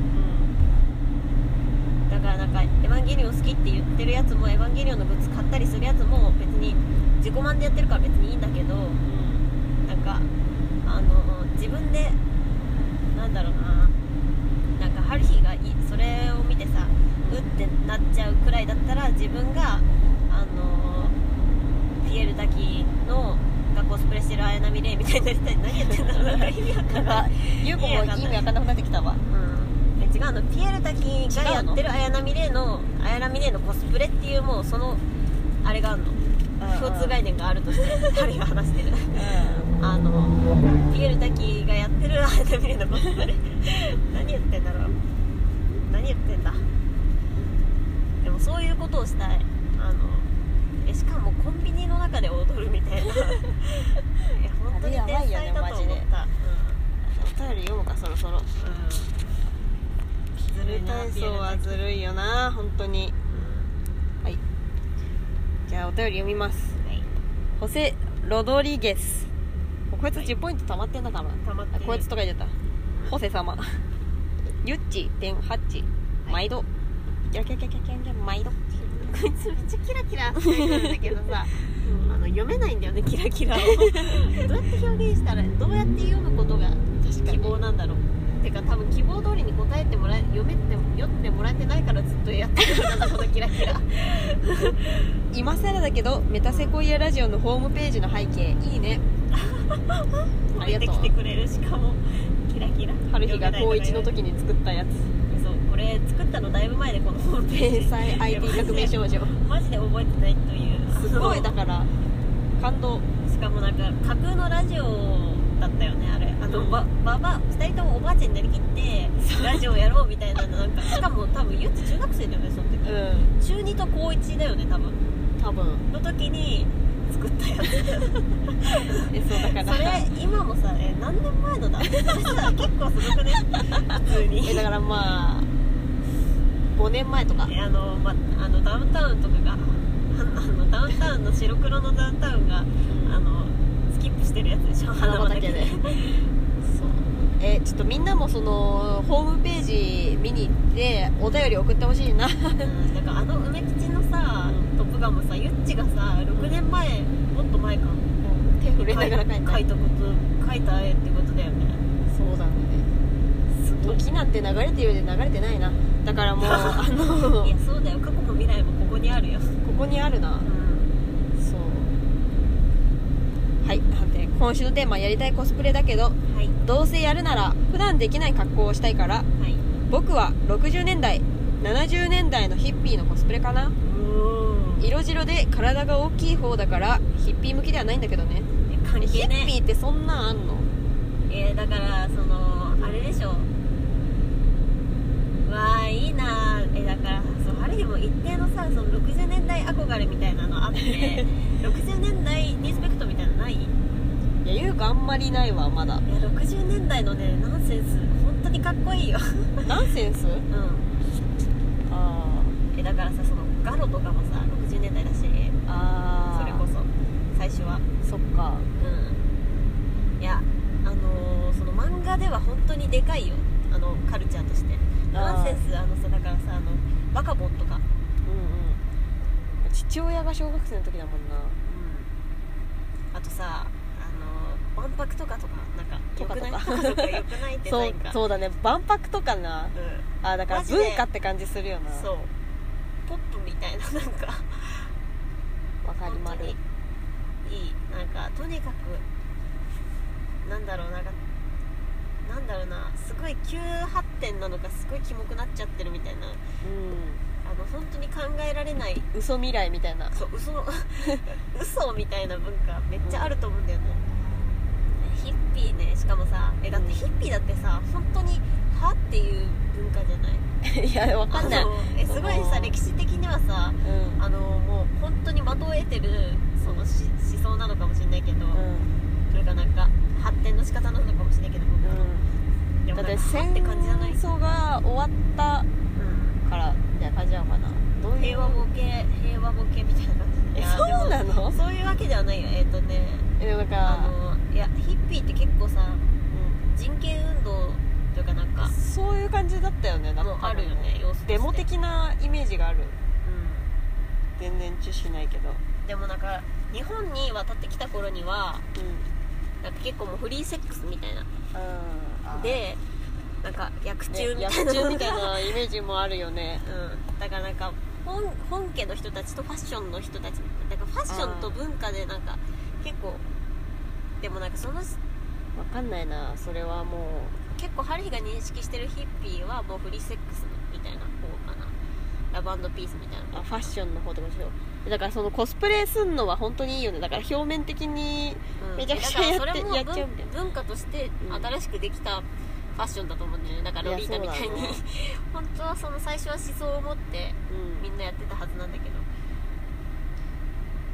B: だからなんかエヴァンゲリオン好きって言ってるやつもエヴァンゲリオンのグッズ買ったりするやつも別に自己満でやってるから別にいいんだけど、なんかあのー、自分でなんだろうな、なんかハリーがいそれを見てさうってなっちゃうくらいだったら自分があのー、ピエール滝のがコスプレしてる綾波レイみたいになりたい。何やってんだろうなんか意味わかんない。
A: ゆうこも意味わかんなくなってきたわ。
B: うん、え違うの、ピエール滝がやってる綾波レイの綾波レイのコスプレっていうもうそのあれがあるの、共通概念があるとしてハリーが話してるあのピエール滝がやってる綾波レイのコスプレ何言ってんだろう何言ってんだ。でもそういうことをしたい。あのえしかもコンビニの中で踊るみたいなえ本当に天才だと思った、
A: お便り読むかそろそろ。
B: うん、ずるいな。
A: 体操はずるいよな本当に、うん、はい、じゃあお便り読みます、
B: はい、
A: ホセ・ロドリゲス。こいつじゅうポイント溜まってんな多分。
B: 溜まってる。
A: こいつとか言っちゃった。ホセ様ユッチ点はち毎度キラキラキラキラキラキラ毎度。
B: こいつめっちゃキラキラって言うんだけどさ、うん、あの読めないんだよねキラキラをどうやって表現したらどうやって読むことが希望なんだろう。てか多分希望通りに答えてもらえ読めて読んでもらえてないからずっとやってるんだこのキラキラ
A: 今更だけどメタセコイアラジオのホームページの背景いいねありがとう。
B: てきてくれる。しかもキラキラ
A: 春日が高一の時に作ったやつ。
B: そうこれ作ったのだいぶ前でこのホームページ
A: 天才 アイティー 革命少女
B: マジで覚えてないという
A: すごいだから感動。
B: しかもなんか架空のラジオだったよねあれ。あの、うん、ばばばふたりともおばあちゃんになりきってラジオやろうみたいななんかしかも多分ゆっち中学生だよねその時、うん、中にと高いちだよね多分
A: 多分
B: の時に作ったやつ
A: えそうだから
B: それ今もさえ何年前のだそれさ結構すごくね普通に
A: えだからまあごねんまえとか
B: えあの、ま、あのダウンタウンとかがあのダウンタウンの白黒のダウンタウンが、うん、あのスキップしてるやつでしょ
A: 花畑でそうえちょっとみんなもそのホームページ見に行ってお便り送ってほしいな、うん、
B: だからあの梅吉のさ、うん、トップガンもさゆっちがさろくねんまえもっと前か、
A: うん、手震えながら書いた
B: 書いたこと書いた絵ってことだよね。
A: そうだね。時なんて流れてるようで流れてないな。だからもうあの
B: いやそうだよ過去も未来もここにあるよ。
A: ここにあるな、うん、そうはい。で今週のテーマやりたいコスプレだけど、はい、どうせやるなら普段できない格好をしたいから、はい、僕はろくじゅうねんだいななじゅうねんだいのヒッピーのコスプレかな。色白で体が大きい方だからヒッピー向きではないんだけどね。
B: 関係ね。
A: ヒッピーってそんなんあんの？
B: えー、だからそのあれでしょ。わあいいなえだからそうあれでも一定のさそのろくじゅうねんだい憧れみたいなのあってろくじゅうねんだいリスペクトみたいなのない？い
A: やゆうかあんまりないわまだ。い
B: やろくじゅうねんだいのねナンセンス本当にかっこいいよ
A: ナンセンス？うん
B: あえだからさそのガロとかもさろくじゅうねんだいだしあそれこそ最初は
A: そっか
B: うんいやあのー、その漫画では本当にでかいよあのカルチャーとしてナンセンスあのさだからさあのバカボンとかうん
A: うん父親が小学生の時だもんな
B: うんあとさあの万博とかとかなんか
A: とかとか
B: よくないよくないデザインか
A: そうそうだね万博とかな、うん、あだから文化って感じするよな
B: そうポップみたいななんか
A: わかりまるいい
B: なんかとにかくなんだろうなんかなんだろうなすごい急発展なのかすごいキモくなっちゃってるみたいな、うん、あの本当に考えられない
A: 嘘未来みたいな
B: そう嘘の嘘みたいな文化めっちゃあると思うんだよね、うん、ヒッピーねしかもさえだってヒッピーだってさ本当にはっていう文化じゃない
A: いやわかんない
B: えすごいさ歴史的にはさ、うん、あのもう本当に的を得てるそのし思想なのかもしれないけど、うん、それかなんか発展の仕方なのかもしれないけど、うん、でも
A: だって戦争が終わったからみたいな感じなのかな。どういう
B: 平和ボケ平和ボケみたいな感じ。
A: えそうなの？
B: そういうわけではないよ。えっ、ー、とね
A: えなんか
B: あのいやヒッピーって結構さ、うん、人権運動というかなんか
A: そういう感じだったよね。だ
B: あるよね。様子
A: デモ的なイメージがある、うん、全然知識ないけど
B: でもなんか日本に渡ってきた頃には、うん、なんか結構もうフリーセックスみたいな、うん、でなんか薬中みたいな、
A: ね、薬中みたいなイメージもあるよね、
B: うん、だからなんか 本, 本家の人たちとファッションの人たちなんかファッションと文化でなんか結構でもなんかその
A: わかんないなそれはもう
B: 結構ハリーが認識してるヒッピーはもうフリーセックスみたいな方かなラブ&ピースみたいな
A: あファッションの方ってことでしょ。だからそのコスプレすんのは本当にいいよね。だから表面的にめちゃくちゃやって、うん、やっちゃうみたいな
B: 文化として新しくできたファッションだと思うんだよね。だからロリータみたいにい本当はその最初は思想を持ってみんなやってたはずなんだけど、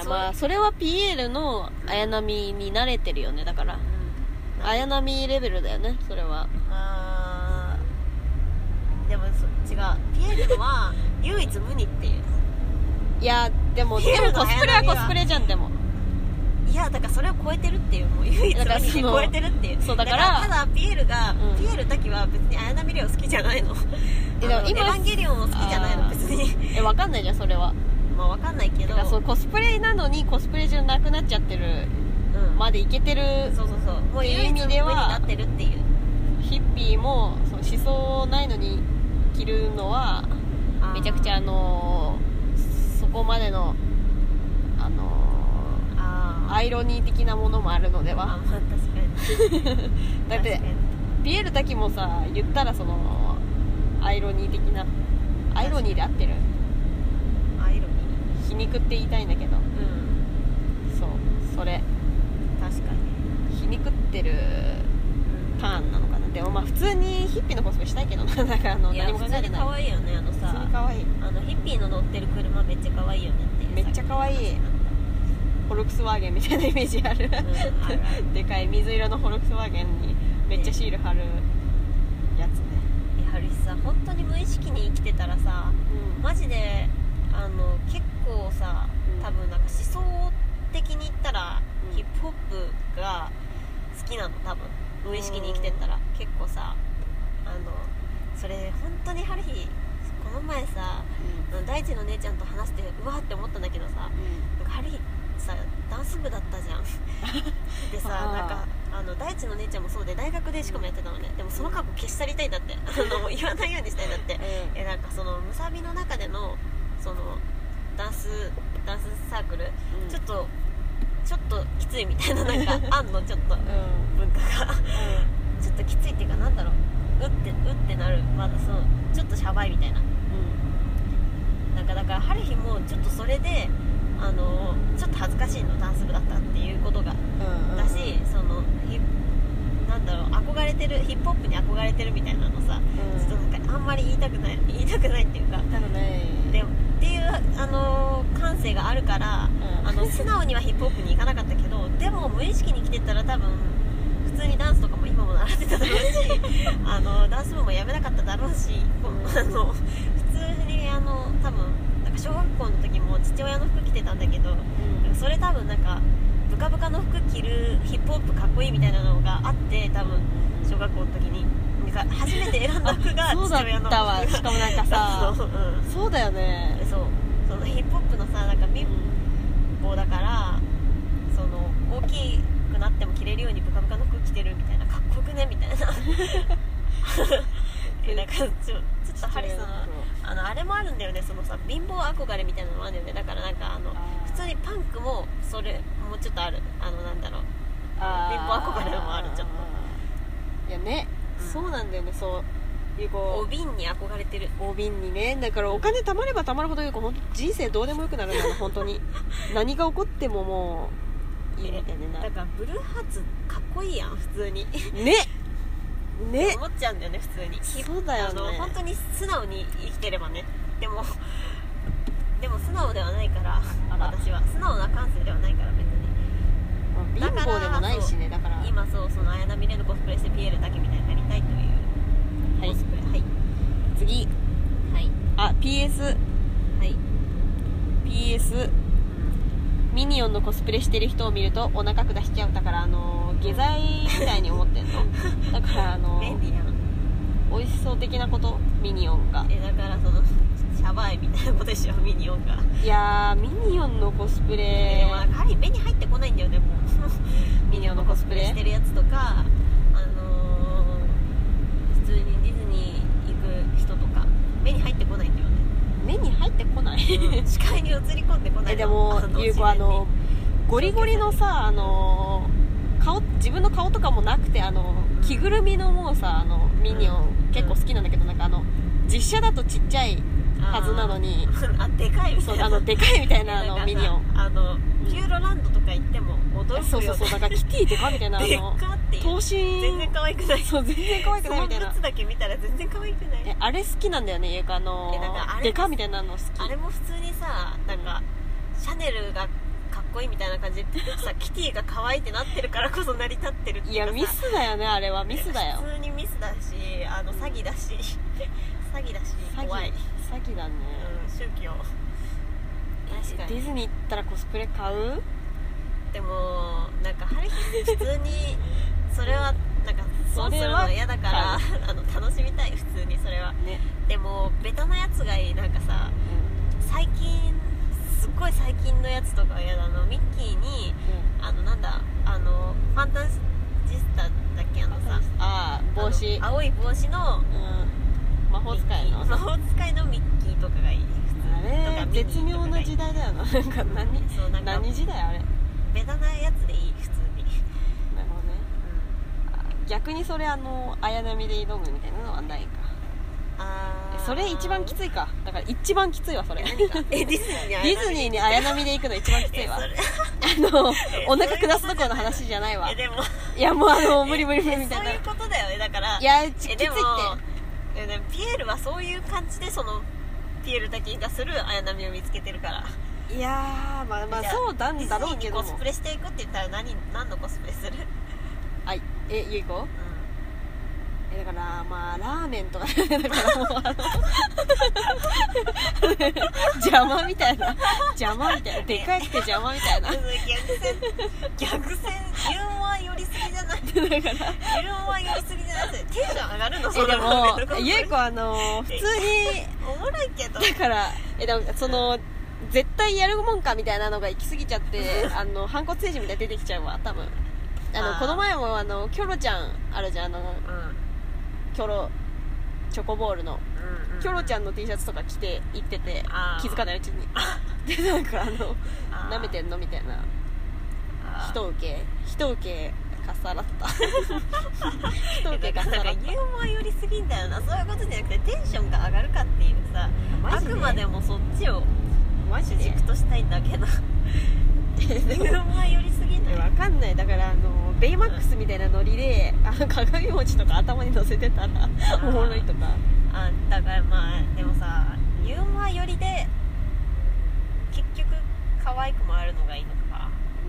B: そう
A: まあそれはピエールの綾波に慣れてるよね。だから
B: うん
A: 綾波レベルだよね、それは。
B: あーでもそ違う、ピエールは唯一無二っていう。
A: いやでも
B: ピエールの
A: でもコスプレは
B: 綾波は
A: コスプレじゃん。でも
B: いやだからそれを超えてるっていう、もう唯一無
A: だからその
B: 二で超えてるっていう。
A: そうだから
B: ただピエールが、
A: うん
B: ピエール滝は別に綾波レオ好きじゃないの。
A: えでも今
B: あのエヴァンゲリオンも好きじゃないの
A: あー
B: 別に。
A: えわかんないじゃんそれは。
B: まあわかんないけど、
A: だからそうコスプレなのにコスプレじゃなくなっちゃってる
B: うん、
A: までいけてる。
B: そうそうそう、もう
A: っていう
B: 唯一無二に
A: 意味では
B: なってるっていう。
A: ヒッピーもその思想ないのに着るのは
B: あー
A: めちゃくちゃあのーそこまでのあの
B: あー
A: ーアイロニー的なものもあるので
B: あ、
A: は。
B: まあ確かに
A: だって
B: 確かに
A: ピエール滝もさ言ったらそのアイロニー的な、アイロニーで合ってる、
B: アイロニ
A: 皮肉って言いたいんだけど、
B: ーうん
A: そうそれ
B: 確かに、
A: 皮肉ってる
B: うん
A: ターンなのかな。でもまあ普通にヒッピーのコスプレしたいけどな。だからあの
B: いや
A: 何も考えてない。
B: 普通に可愛いよね、あの
A: 普通に
B: さ
A: 可愛い、
B: あのヒッピーの乗ってる車めっちゃ可愛いよねっていう。
A: めっちゃ可愛い。フォルクスワーゲンみたいなイメージある、
B: うんあるある
A: でかい水色のフォルクスワーゲンにめっちゃシール貼るやつね。
B: やはりさ、本当に無意識に生きてたらさ、
A: うん
B: マジであの結構さ、
A: うん
B: 多分なんか思想的に言ったら、
A: うん
B: ヒップホップが好きなの、多分無意識に生きてたら。結構さ、あのそれ本当にハルヒこの前さ、あの大地の姉ちゃんと話してうわーって思ったんだけどさ、なんかハルヒさダンス部だったじゃんでさ、
A: あー
B: なんかあの大地の姉ちゃんもそうで大学でしかもやってたのね。でもその過去消し去りたいんだってあの言わないようにしたいんだって。
A: うん
B: えなんかそのムサビの中でのそのダンスダンスサークル、
A: うん
B: ちょっとちょっときついみたいな、なんかあんのちょっと
A: うん
B: 文化がちょっときついっていうか、なんだろう、うってうってなる、まだそうちょっとシャバいみたいな。なんかだからハルヒもちょっとそれであのちょっと恥ずかしいの、ダンス部だったっていうことが
A: うんうん
B: だし、そのヒなんだろう、憧れてるヒップホップに憧れてるみたいなのさ、
A: うん
B: ちょっとなんかあんまり言いたくない言いたくないっていうか、
A: 多分ね
B: でっていうあの感性があるから、
A: うん
B: あの素直にはヒップホップに行かなかったけど、でも無意識に来てたら多分普通にダンスとかも今も習ってただろうしあのダンス部もやめなかっただろうし、こうあの普通にあの多分なんか小学校の時も父親の服着てたんだけど、なんかそれ多分なんかブカブカの服着るヒップホップかっこいいみたいなのがあって、多分小学校の時になんか初めて選んだ服が
A: そうだ
B: 父親の
A: ったわ。しかもなんかさ
B: そう、うん
A: そうだよね。
B: そうそのヒップホップのさ、なんか貧乏だからその大きくなっても着れるようにブカブカの服着てるみたいな、かっこよくねみたいなえなんかちょちょっとハリソンあのあれもあるんだよね、そのさ貧乏憧れみたいなのもあるんだよね。だからなんかあの
A: あー
B: 普通にパンクもそれもうちょっとある、あのなんだろう、
A: あー
B: 貧乏憧れもあるちょっ
A: いやね、
B: うん
A: そうなんだよね。そういうこ
B: お瓶に憧れてる。
A: うお瓶にね、だからお金貯まれば貯まるほどいうか本当人生どうでもよくなるんだな本当に何が起こってももういいみたいになる
B: だからブルーハーツかっこいいやん普通に
A: ねね
B: 思っちゃうんだよね普通に。
A: そうだよね
B: あの本当に素直に生きてればね。でもでも素直ではないから
A: あら
B: 私は素直な感性ではないから別に。
A: まあ貧乏でもないしね。だから
B: 今そうその綾波レイのコスプレしてピエールだけみたいになりたいという
A: はい
B: コスプレ。はい
A: 次
B: はい
A: あ ピーエス
B: はい
A: ピーエス ミニオンのコスプレしてる人を見るとお腹下しちゃう。だからあの下剤みたいに思ってんのだからあの
B: 便利やん。
A: 美味しそう的なことミニオンが。
B: えだからそのシャバいみたいなことでしょミニオンが。
A: いやーミニオンのコスプ
B: で
A: レ
B: もなんか目に入ってこないんだよねもうミニオンのコスプレしてるやつとか、あのー、普通にディズニー行く人とか目に入ってこないんだよね
A: 目に入ってこない
B: 視界に映り込んでこないの。
A: えでも
B: の
A: ゆうこあのゴリゴリのさあの顔自分の顔とかもなくてあの着ぐるみのもうさあのミニオン、
B: うん
A: 結構好きなんだけどなんかあの実写だとちっちゃいはずなのに
B: あでかいみた
A: そう
B: いな
A: あのでかいみたいなあ
B: えんかさ
A: のミニオン
B: あのピューロランドとか行っても驚くよね。
A: そうそうそうだからキティでかみたいなあ
B: でっ
A: の
B: かっていう
A: 頭身
B: 全然可愛くない。
A: そう全然可愛くないみたいな
B: そのブツだけ見たら全然可愛くない。
A: えあれ好きなんだよねゆうかあの
B: えだからあれ
A: でかみたいなの好き
B: あれも普通にさなんかシャネルがかっこいいみたいな感じでさキティが可愛いってなってるからこそ成り立ってるっていうかさ、
A: いやミスだよね、あれはミスだよ。
B: 普通にミスだし、あの詐欺だし詐欺だし
A: 詐
B: 怖い、
A: 欺詐欺だね、
B: うん、宗教確かに。
A: ディズニー行ったらコスプレ買う？
B: でもなんか春日普通にそれはなんかそうするの嫌だからあの楽しみたい普通にそれは
A: ね、
B: でもベタなやつがいい。なんかさ最近すっごい最近のやつとかは嫌だの。ミッキーにあのなんだあのファンタジスタだっけあのさ
A: ああ帽子、
B: あの青い帽子の
A: うん、魔法使いの
B: 魔法使いのミッキーとかがいい。
A: あれ絶妙な時代だよな。なんか何
B: そうなんか
A: 何時代あれ。
B: ベタなやつでいい普通に。
A: なるほどね。逆にそれあの綾波で挑むみたいなのはないか。
B: あー
A: それ一番きついか。だから一番きついわそれ。デ
B: えディズニーに
A: ィズニーに綾波で行くの一番きついわ。
B: えそれ
A: あのお腹下すところの話じゃないわ。
B: えでも
A: いやもうあの無理無理無理みたいな。
B: そういうことだよね。だから
A: いやきついって。
B: えでもえでもピエールはそういう感じでそのピエール滝がする綾波を見つけてるから。
A: いやーまあまあそうなんだろうけども。
B: ディズニーにコスプレしていくって言ったら何何のコスプレする？
A: はいえゆいこ？
B: う
A: えだからまあラーメンとかだからもうあの邪魔みたいな邪魔みたいなでかいって邪魔みたいな。
B: ん、逆線逆線ユーモア寄りすぎじゃない？
A: だから
B: ユーモア寄りすぎじゃなくてテンション上がるの？そ
A: えで
B: のラーメンのコスプ
A: も
B: レ
A: ゆいこあの普通に
B: おもろいけど
A: だからえでもその絶対やるもんかみたいなのが行き過ぎちゃってあの反骨精神みたいに出てきちゃうわ多分。あの
B: あー
A: この前もあのキョロちゃんあるじゃんあの
B: うん
A: キョロチョコボールの
B: うんうん
A: キョロちゃんの T シャツとか着て行ってて
B: あー
A: 気づかないうちにでなんかあの
B: あー
A: 舐めてんのみたいな
B: あー
A: 人受け人受けかっさらった人受けかっさらった
B: なんかユーモア寄りすぎんだよな。そういうことじゃなくてテンションが上がるかっていうさ、あ
A: マジで
B: くまでもそっちを
A: マジで
B: 軸としたいんだけどユーモア寄りすぎない？
A: わかんない。だからあのベイマックスみたいなノリであの鏡餅とか頭に乗せてたらおもろいとか。
B: あだからまあでもさユーモア寄りで結局可愛くもあるのがいいのか。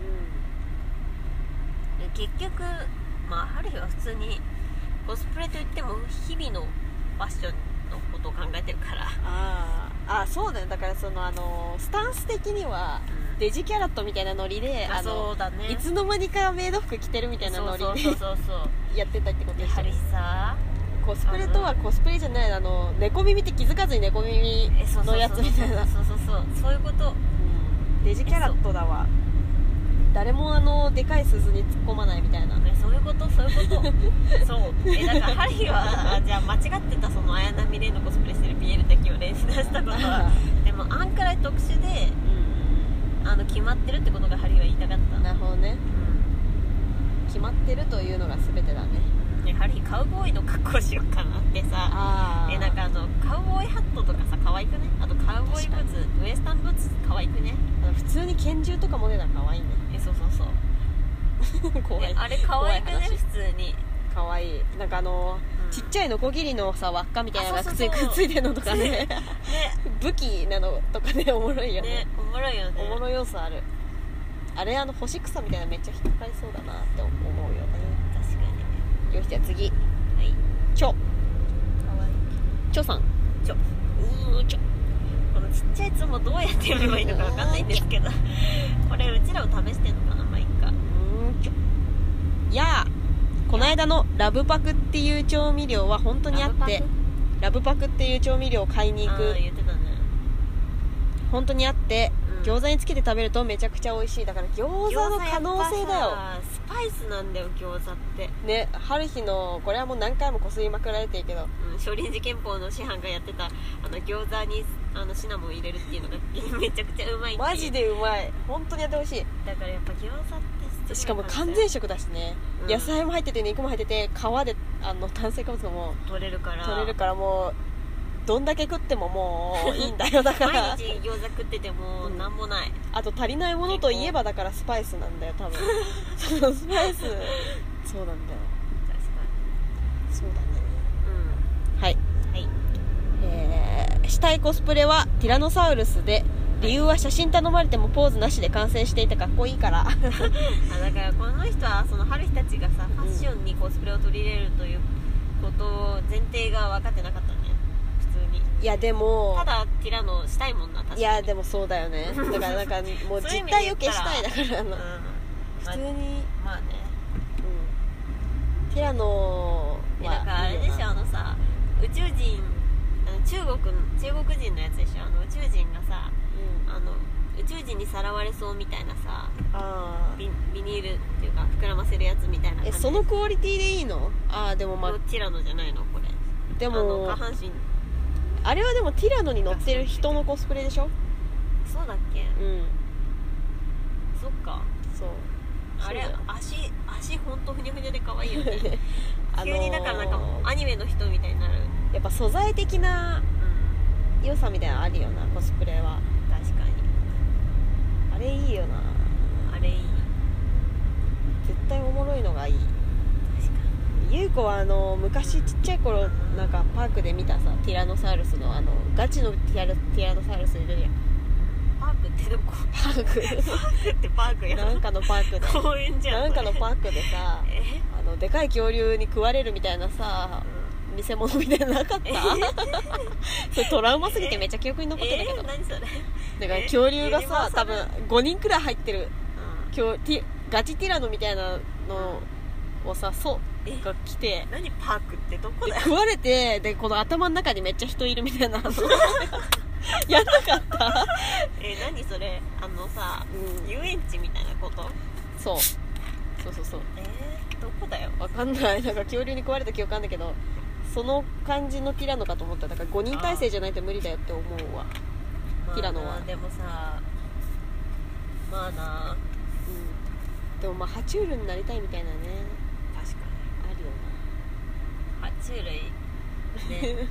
B: 結局まあ春日は普通にコスプレといっても日々のファッションのことを考えてるから。
A: あーあそうだね。だからそのあのスタンス的には
B: うん
A: デジキャラットみたいなノリで
B: あ
A: あの
B: そうだね。
A: いつの間にかメイド服着てるみたいなノリ
B: そう
A: で
B: そうそうそう
A: やってたってことでしょ。
B: で春日さ
A: コスプレとはコスプレじゃないあの猫耳って気づかずに猫耳
B: えそうそうそうそう
A: のやつみたいな。
B: そうそうそうそういうこと。
A: うんデジキャラットだわ。誰もあのでかい鈴に突っ込まないみたいな。
B: えそういうことそういうことそうえだからハリーはあじゃあ間違ってたその綾波レイのコスプレしてるピエール滝を練習したことはでもあんくらい特殊で
A: うん
B: あの決まってるってことがハリーは言いたかった。
A: なるほどね。
B: う
A: 決まってるというのが全てだね。
B: んねハリーカウボーイの格好しようかなってさ
A: あ
B: えなんかあのカウボーイハットとかさ可愛くね。あとカウボーイブーツウエスタンブーツ可愛くね。
A: あの普通に拳銃とかもねたら可愛いね。
B: えそうそうそう
A: 怖い
B: えあれ可愛くね
A: 怖い話
B: 普通に。
A: 可愛い。なんかあの、
B: うん
A: ちっちゃいノコギリのさ輪っかみたいなのがくっつい
B: あそうそうそう
A: くっついてるのとかね
B: ね
A: 武器なのとかねおもろいよね
B: ねおもろいよね。
A: おもろい要素ある。あれあの干し草みたいなめっちゃ引っかかりそうだなって思うよね。
B: 確かにね。
A: よしじゃあ次
B: はい
A: チョ
B: 可愛い
A: チョさん
B: ちょ
A: うーチョ
B: このちっちゃい「つ」もどうやって読めばいいのか分かんないんですけどこれうちらを試してんのかな。まあいいか。
A: うーんチョやあこの間のラブパクっていう調味料は本当にあってラブパクっていう調味料を買いに行
B: あ
A: く
B: ー言ってたね。
A: 本当にあって、
B: うん
A: 餃子につけて食べるとめちゃくちゃ美味しい。だから餃子の可能性だよ
B: 餃子やっぱさスパイスなんだよ餃子って。
A: ね。春日のこれはもう何回もこすりまくられてるけど
B: うん、少林寺拳法の師範がやってたあの餃子にあのシナモン入れるっていうのがめちゃくちゃうまいっていう。
A: マジでうまい。本当にやってほしい。
B: だからやっぱ餃子って
A: しかも完全食だしね、
B: うん
A: 野菜も入ってて肉も入ってて皮であの炭水化物も
B: 取れるから
A: 取れるからもうどんだけ食ってももういいんだよ。だから
B: 毎日餃子食ってても
A: うん
B: なんもない。
A: あと足りないものといえばだからスパイスなんだよ多分そのスパイスそうなんだよ。
B: 確か
A: そうだね。
B: に。
A: はい、
B: うんはい。
A: えーしたいコスプレはティラノサウルスで理由は写真頼まれてもポーズなしで観戦していてかっこいいから
B: あだからこの人はその春日たちがさファッションにコスプレを取り入れるということを前提が分かってなかったね普通に。
A: いやでも
B: ただティラノしたいもんな確かに。
A: いやでもそうだよねだからなんかもう実態を消したいだからな、
B: うん、
A: 普通に、
B: まあね、
A: うん、ティラノは
B: なんかあれでしょ、あのさ宇宙人あの中国中国人のやつでしょ、あの宇宙人がさ、
A: うん、
B: あの宇宙人にさらわれそうみたいなさ
A: あ
B: ビビニールっていうか膨らませるやつみたいな感じ
A: えそのクオリティでいいの？ああでもまあ
B: のティラノじゃないのこれ。
A: で
B: あの
A: も
B: 下半身
A: あれはでもティラノに乗ってる人のコスプレでしょ？
B: そうだっけ、
A: うん
B: そっか。
A: そう
B: あれ
A: そうだよ
B: 足足ほんとふにゃふにゃで可愛いよね
A: あのー
B: 急にだからなんかもうアニメの人みたいになる。
A: やっぱ素材的な
B: うん
A: 良さみたいなのあるよなコスプレは。
B: 確かに
A: あれいいよな。
B: あれいい。
A: 絶対おもろいのがいい。
B: 確か
A: ゆうこはあの昔ちっちゃい頃なんかパークで見たさティラノサウルスのあのガチのティラティラノサウルスいるやん。
B: パークってどこ？
A: パーク
B: パークってパークや
A: なんかのパークで
B: 公園じゃん。
A: なんかのパ
B: ーク
A: ークでさ
B: え
A: あのでかい恐竜に食われるみたいなさ偽物みたいなのなかったそれトラウマすぎてめっちゃ記憶に残ってたけど、
B: えー、何それ。
A: だから恐竜が
B: え
A: さ多分ごにんくらい入ってる
B: うん
A: 恐ティガチティラノみたいなのをさそう
B: え
A: が来て
B: 何パークってどこだよ。
A: で食われてでこの頭の中にめっちゃ人いるみたいなのやんなかった
B: えー、何それ。あのさ、
A: うん
B: 遊園地みたいなこと。
A: そうそうそうそう
B: えー、どこだよ。
A: わかんないなんか恐竜に食われた記憶あんだけどその感じのティラノかと思った。だからごにん体制じゃないと無理だよって思うわ。
B: まあ
A: ティラノは
B: なでもさまあな
A: うんでもまあ爬虫類になりたいみたいなね
B: 確か
A: あるよ
B: に爬虫類ね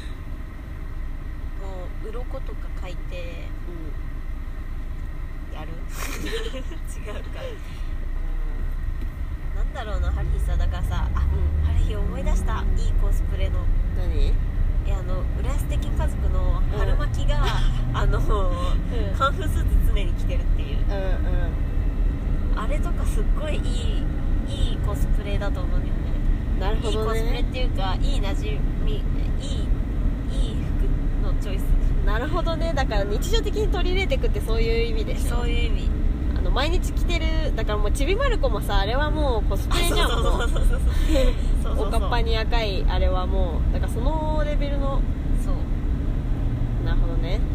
B: もう鱗とか書いて
A: な
B: やる違うか。なんだろうな、ハリーさだからさ、あ、
A: うん、
B: ハリー思い出した。いいコスプレの
A: うん、何？
B: いやあの浦安的家族の春巻きが、うん、あの、
A: うん、
B: カンフースーツ常に着てるっていう、
A: うんうん
B: あれとかすっごいいいいいコスプレだと思うんだよね。
A: なるほどね。
B: いいコスプレっていうかいいなじみいいいい服のチョイス。
A: なるほどね。だから日常的に取り入れていくってそういう意味でしょ。
B: そういう意味。
A: あの毎日着てるだからもうちびまる子もさあれはもうコスプレじゃん。
B: そうそうそうそうそうそう
A: おかっぱに赤いあれはもうだからそのレベルの。
B: そう
A: なるほどね。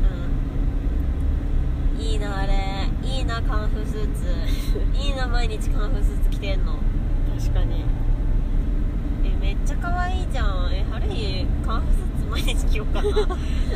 B: うんいいなあれいいなカンフースーツいいな毎日カンフースーツ着てんの。
A: 確かに。
B: えめっちゃ可愛いじゃん。えハリーカンフースーツ毎日着ようかな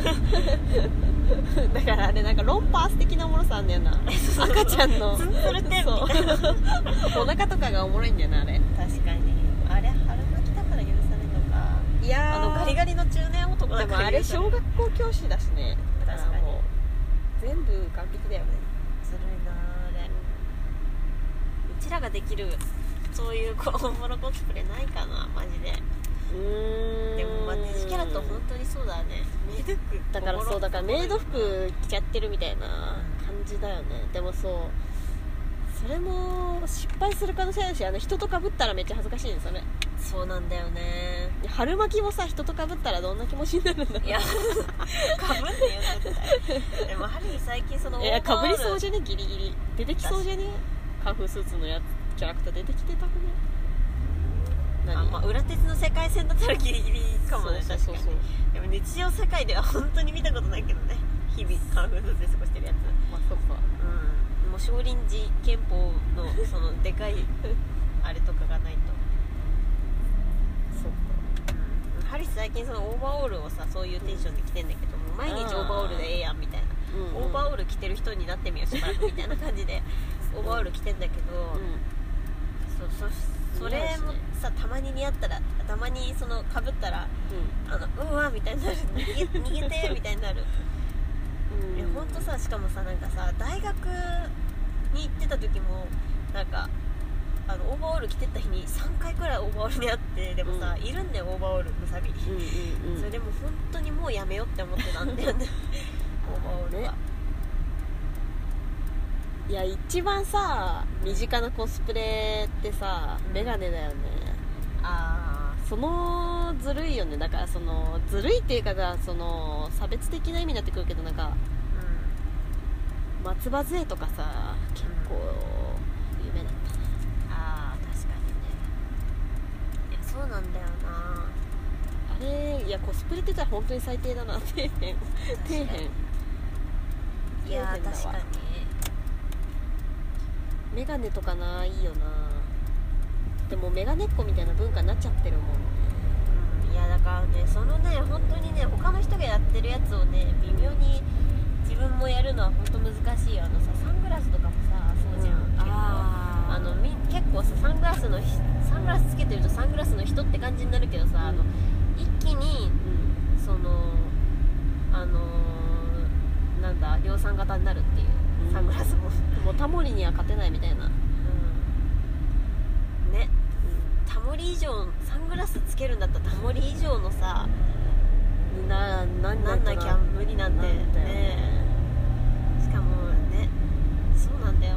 A: だからあれなんかロンパース的なおもろさあんだよな赤ちゃんの
B: ツンツルテンみ
A: そう
B: たいな
A: お腹とかがおもろいんだよなあれ。
B: 確かにあれ春巻きだから許されるのか。
A: いや
B: あのガリガリの中年男だ
A: でもあれ
B: から許される。
A: 小学校教師だしね。だから
B: 確かに
A: もう全部完璧だよね。
B: ずるいなあれ。うちらができるそういうこうおもろコスプレないかなマジで。
A: うーん
B: でもまあデジキャラと本当にそうだね。メイド服
A: だからそうだからメイド服着ちゃってるみたいな感じだよね。でもそうそれも失敗する可能性あるしあの人と被ったらめっちゃ恥ずかしいねそれ。
B: そうなんだよね。
A: 春巻きもさ人と被ったらどんな気持ちになるんだろう。
B: いやかぶんねえよ絶対。でもハリー最近その
A: いやかぶりそう
B: じ
A: じゃねギリギリ出てきそうじゃねカンフースーツのやつキャラクター出てきてたくね。何
B: あ、まあ、裏鉄の世界線だったらギリギリかもね。
A: そうそうそうそう
B: 確かに。でも日常世界では本当に見たことないけどね日々カンフースーツで過ごしてるやつ。
A: まあそっか。
B: うんもう少林寺拳法のそのでかいあれとかがないと。
A: そっか。
B: うんハリス最近そのオーバーオールをさそういうテンションで着てんだけどもう毎日オーバーオールでええやんみたいな、
A: うんうん、
B: オーバーオール着てる人になってみようしばらくみたいな感じでオーバーオール着てんだけど、
A: うん
B: そそそれもさたまに似合ったらたまにその被ったらあのうわみたいになる逃げ逃げてみたいになる。
A: うん、
B: いやほんとさしかもさなんかさ大学に行ってた時もなんかあのオーバーオール着てった日にさんかいくらいオーバーオールにあってでもさ、
A: うん、
B: いるんだよオーバーオールむさび、
A: うんうんうん、
B: それでも本当にもうやめようって思ってたんだよねオーバーオールは、
A: ね、 いや一番さ身近なコスプレってさメガネだよね。
B: あ
A: そのずるいよね。だからそのずるいっていうかさ、その差別的な意味になってくるけど、なんか
B: あうん
A: 松葉杖とかさ結構有名だったな。
B: あー確かにね。いやそうなんだよな。
A: あれいやコスプレって言ったら本当に最低だな。底辺底辺
B: いやー
A: 底辺だわ
B: 確かに
A: メガネとかないいよな。でもメガネっ子みたいな文化になっちゃってるもんね。
B: うんいやだからねそのね本当にね他の人がやってるやつをね微妙に自分もやるのは本当難しいよ。あのさサングラスとかもさそうじゃん、
A: うん
B: 結構
A: あー
B: あのみ結構さサングラスのひサングラスつけてるとサングラスの人って感じになるけどさ、
A: うん
B: あの一気に
A: うん
B: そのあのーなんだ量産型になるっていうサングラスも、
A: もうタモリには勝てないみたいな。
B: うん、ねタモリ以上サングラスつけるんだったらタモリ以上のさ
A: ななん
B: なんなきゃ無理なんて
A: なんだよ
B: ねしかもねそうなんだよ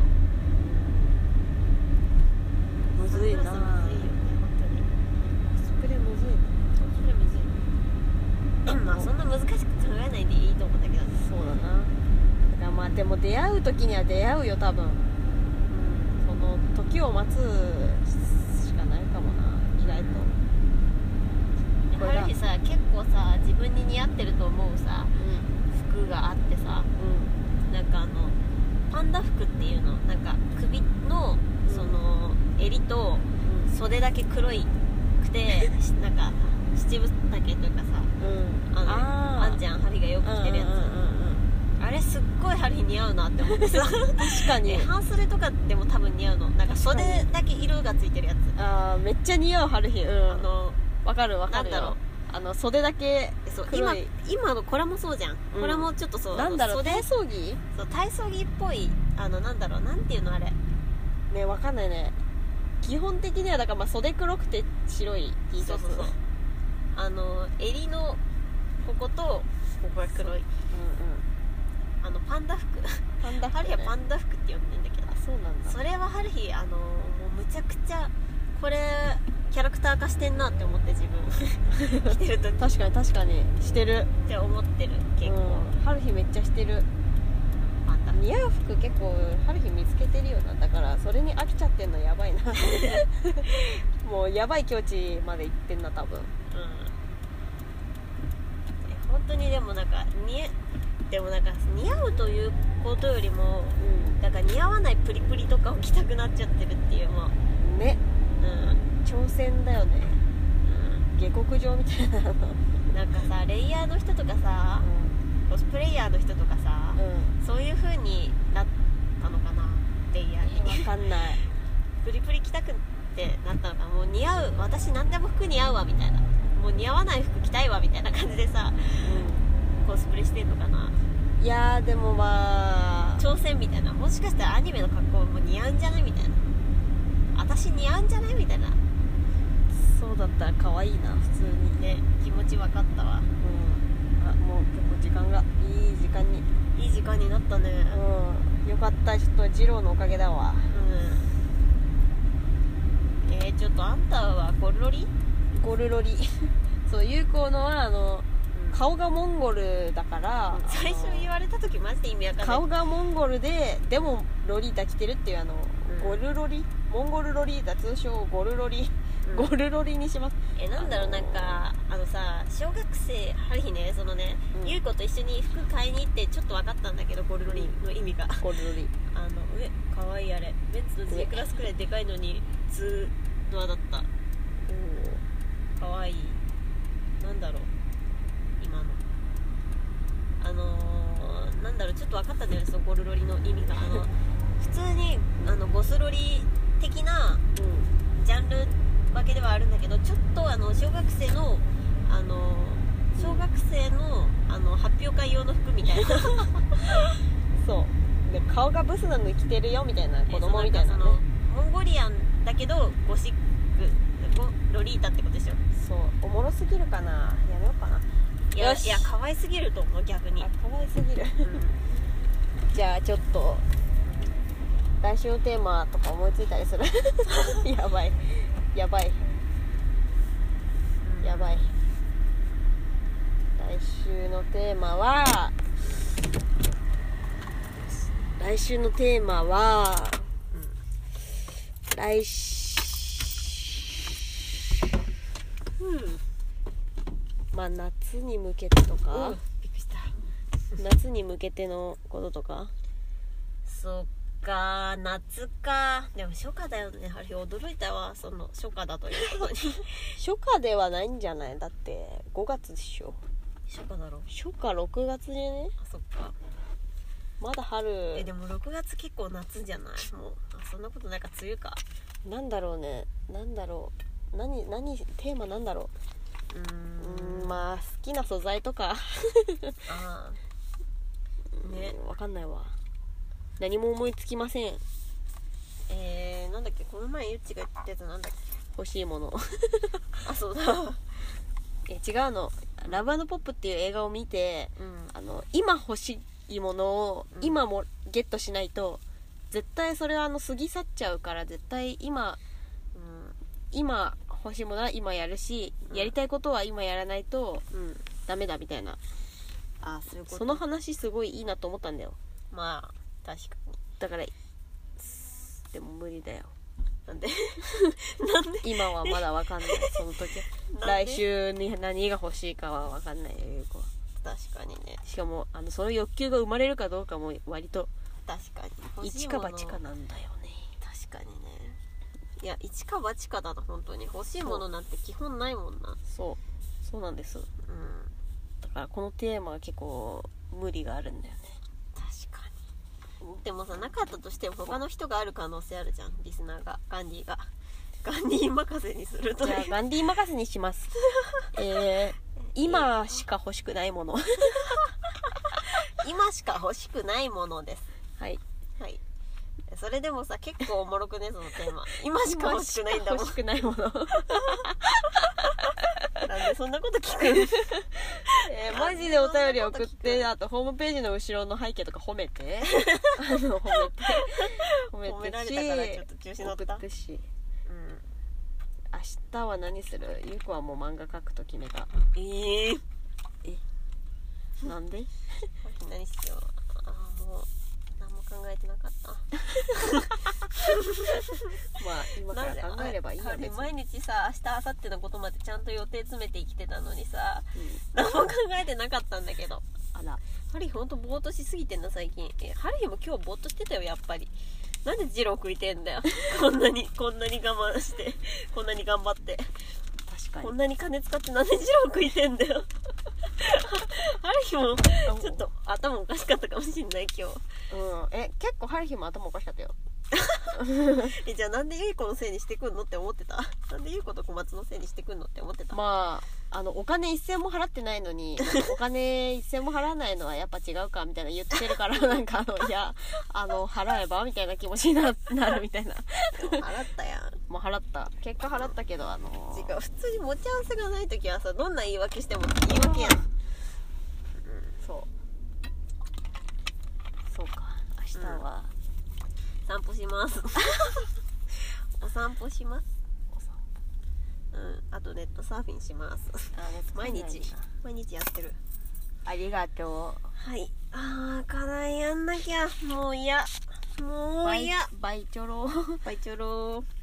A: むずいな。
B: サングラスむずいよね本当に
A: コスプレむずいな。
B: それむずいまあそんな難しく考えないでいいと思うんだけどね
A: そうだな。だからまあでも出会う時には出会うよ多分。その時を待つしかないかもな意外と。これだ
B: 春日さ結構さ自分に似合ってると思うさ
A: う
B: 服があってさ
A: ん
B: なんかあのパンダ服っていうのなんか首のその襟と
A: うんうん
B: 袖だけ黒いくてなんか七分丈というかさ
A: うん
B: あの
A: あー
B: あんちゃんハリがよく着てるやつ、
A: うんうんうんうん
B: あれすっごいハリ似合うなって思ってさ
A: 確かに
B: え半袖とかでも多分似合うのなんか袖だけ色がついてるやつ
A: あーめっちゃ似合う春日。うん
B: あの
A: わかるわかるよ。
B: なんだろう
A: あの袖だけ
B: そう今
A: 黒い
B: 今のこれもそうじゃん、
A: うん
B: これもちょっとそう
A: なんだろう
B: 袖
A: 体操着
B: そう体操着っぽいあのなんだろうなんていうのあれ
A: ねわかんないね。基本的にはだからまあ袖黒くて白い T シャツ。
B: そうそうそうあの襟のこことここが黒い
A: うんうん
B: あのパンダ服
A: パンダ服ね
B: ハリはパンダ服って呼んでんだけど
A: あそうなんだ。
B: それはハリあのもうむちゃくちゃこれキャラクター化してんなって思って自分着てる時っ
A: 確かに確かにしてる。
B: て思ってる結構、
A: うん春日めっちゃしてる。
B: パンダ
A: 似合う服結構春日見つけてるよな。だからそれに飽きちゃってんのやばいなもうやばい境地まで行ってんな多分。
B: うんえ本当にでもなんか似合でもなんか似合うということよりも
A: う
B: なんか似合わないプリプリとかを着たくなっちゃってるっていうもうん
A: ね
B: うん
A: 挑戦だよね。下克上みたいなの
B: うんなんかさレイヤーの人とかさコスプレイヤーの人とかさ、
A: うん
B: そういう風になったのかなレイヤーに
A: 分かんない
B: プリプリ着たくってなったのかなもう似合う私何でも服似合うわみたいなもう似合わない服着たいわみたいな感じでさコスプレしてんのかな
A: うんいやーでもまあ
B: 挑戦みたいなもしかしたらアニメの格好も似合うんじゃないみたいな私似合うんじゃないみたいな
A: そうだったら可愛いな普通に。
B: ね気持ち分かったわ
A: うんあもう結構時間がいい時間に。
B: いい時間になったね
A: うんよかったちょっと二郎のおかげだわ。
B: うんえー、ちょっとあんたはゴルロリ
A: ゴルロリそう有効のはあの
B: うん
A: 顔がモンゴルだから
B: 最初言われた時マジで意味わかんない
A: 顔がモンゴルででもロリータ着てるっていうあの、
B: うん
A: ゴルロリモンゴルロリータ通称ゴルロリ、
B: うん
A: ゴルロリにします。
B: えなんだろうなんかあのさ小学生ある日ねそのね、
A: うん
B: ゆい子と一緒に服買いに行ってちょっと分かったんだけどゴルロリの意味が
A: ゴルロリ
B: あの上かわいいあれベンツの G クラスくらいでかいのに普通ドアだったかわいいなんだろう今のあのー、なんだろうちょっと分かったんだよねそのゴルロリの意味があの普通にあのゴスロリ的なジャンルわけではあるんだけどちょっとあの小学生のあの小学生のあの発表会用の服みたいな
A: そうで顔がブスなのに着てるよみたいな子供みたいなね
B: えそうんかそのモンゴリアンだけどゴシックゴロリータってことでしょ
A: そうおもろすぎるかなやめようかない
B: や
A: よし
B: いや可愛すぎると思う逆に、
A: あ可愛すぎる
B: うん
A: じゃあちょっと来週のテーマとか思いついたりするやばいやばいやばい。来週のテーマは来週のテーマは、うん、来週うんまあ夏に向けてとか、
B: びっくりした
A: 夏に向けてのこととか。
B: そっか、夏か。でも初夏だよね。あれ驚いたわ、その初夏だということに
A: 初夏ではないんじゃない？だってごがつでしょ。
B: 初夏だろ。
A: 初夏ろくがつでね。
B: あ、そっか。
A: まだ春。
B: え、でもろくがつ結構夏じゃない？もうあ、そんなことないか、梅雨か。
A: なんだろうね。なんだろう。何何テーマなんだろう。うーん、まあ好きな素材とか
B: ああね、
A: わかんないわ。何も思いつきません。
B: えー、なんだっけ、この前ゆっちが言ったやつなんだっけ。
A: 欲しいもの
B: あ、そうだ
A: え違うの。ラブ&ポップっていう映画を見て、
B: うん、
A: あの今欲しいものを今もゲットしないと、うん、絶対それはあの過ぎ去っちゃうから、絶対今、うん、今欲しいものは今やるし、うん、やりたいことは今やらないと、うん、ダメだみたいな。
B: あ、そういうこと。
A: その話すごいいいなと思ったんだよ。
B: まあ確かに。
A: だからでも無理だよ。
B: なんでなんで
A: 今はまだ分かんないその時来週に何が欲しいかは分かんないよ、ゆう子は。
B: 確かにね。
A: しかもあのその欲求が生まれるかどうかも割と
B: 確かに
A: 一か八かなんだよね。
B: 確かにね。いや、一か八かだな。本当に欲しいものなんて基本ないもんな。
A: そうそうなんです、うん、だからこのテーマは結構無理があるんだよね。
B: 確かに。でもさ、なかったとしても他の人がある可能性あるじゃん、リスナーが。ガンディがガンディ任せにすると。
A: じゃあガンディ任せにしますえー、今しか欲しくないもの
B: 今しか欲しくないものです。
A: はい
B: はい。それでもさ、結構おもろくね、そのテーマ。今しか欲しくないんだもん。
A: 欲しくないもの
B: なんでそんなこと聞く
A: えー、マジでお便り送って、あとホームページの後ろの背景とか褒めてあの褒めて褒めてし、
B: 褒められたからちょっと調子乗った。
A: 送ってし、
B: うん、
A: 明日は何する？ゆう子はもう漫画描くと決めた。
B: えー、
A: えなんで
B: 何しよう。ああ、もう何も考えてなかった
A: まあ今から考えればいいよ別に。
B: 毎日さ、明日明後日のことまでちゃんと予定詰めて生きてたのにさ、うん、何も考えてなかったんだけど。
A: あら、
B: ハリーほんとぼーっとしすぎてんな最近。え、ハリーも今日ぼーっとしてたよ、やっぱり。なんでジロー食いてんだよこんなにこんなに我慢してこんなに頑張って、
A: 確かに
B: こんなに金使ってなんでジロー食いてんだよハリーもちょっと頭おかしかったかもしんない今日。
A: うん、え結構ハリーも頭おかしかったよ
B: え、じゃあなんでゆい子のせいにしてくんのって思ってた？なんでゆい子と小松のせいにしてくんのって思ってた？
A: まああのお金一銭も払ってないのにお金一銭も払わないのはやっぱ違うかみたいな言ってるからなんかあのいやあの払えばみたいな気持ちに な, なるみたいな
B: 払ったやん。
A: もう払った、結果払ったけどあのー、
B: 違う、普通に持ち合わせがないときはさ、どんな言い訳しても言い訳やん、うん、
A: そうそうか、明日は、
B: うん、散歩しますお散歩します。
A: お散
B: 歩、うん、あとネットサーフィンします。
A: あ
B: 毎日毎日やってる。
A: ありがと
B: う。はい。あー、課題やんなきゃ。もう嫌。もう嫌。
A: バイチョロ
B: バイチョロー。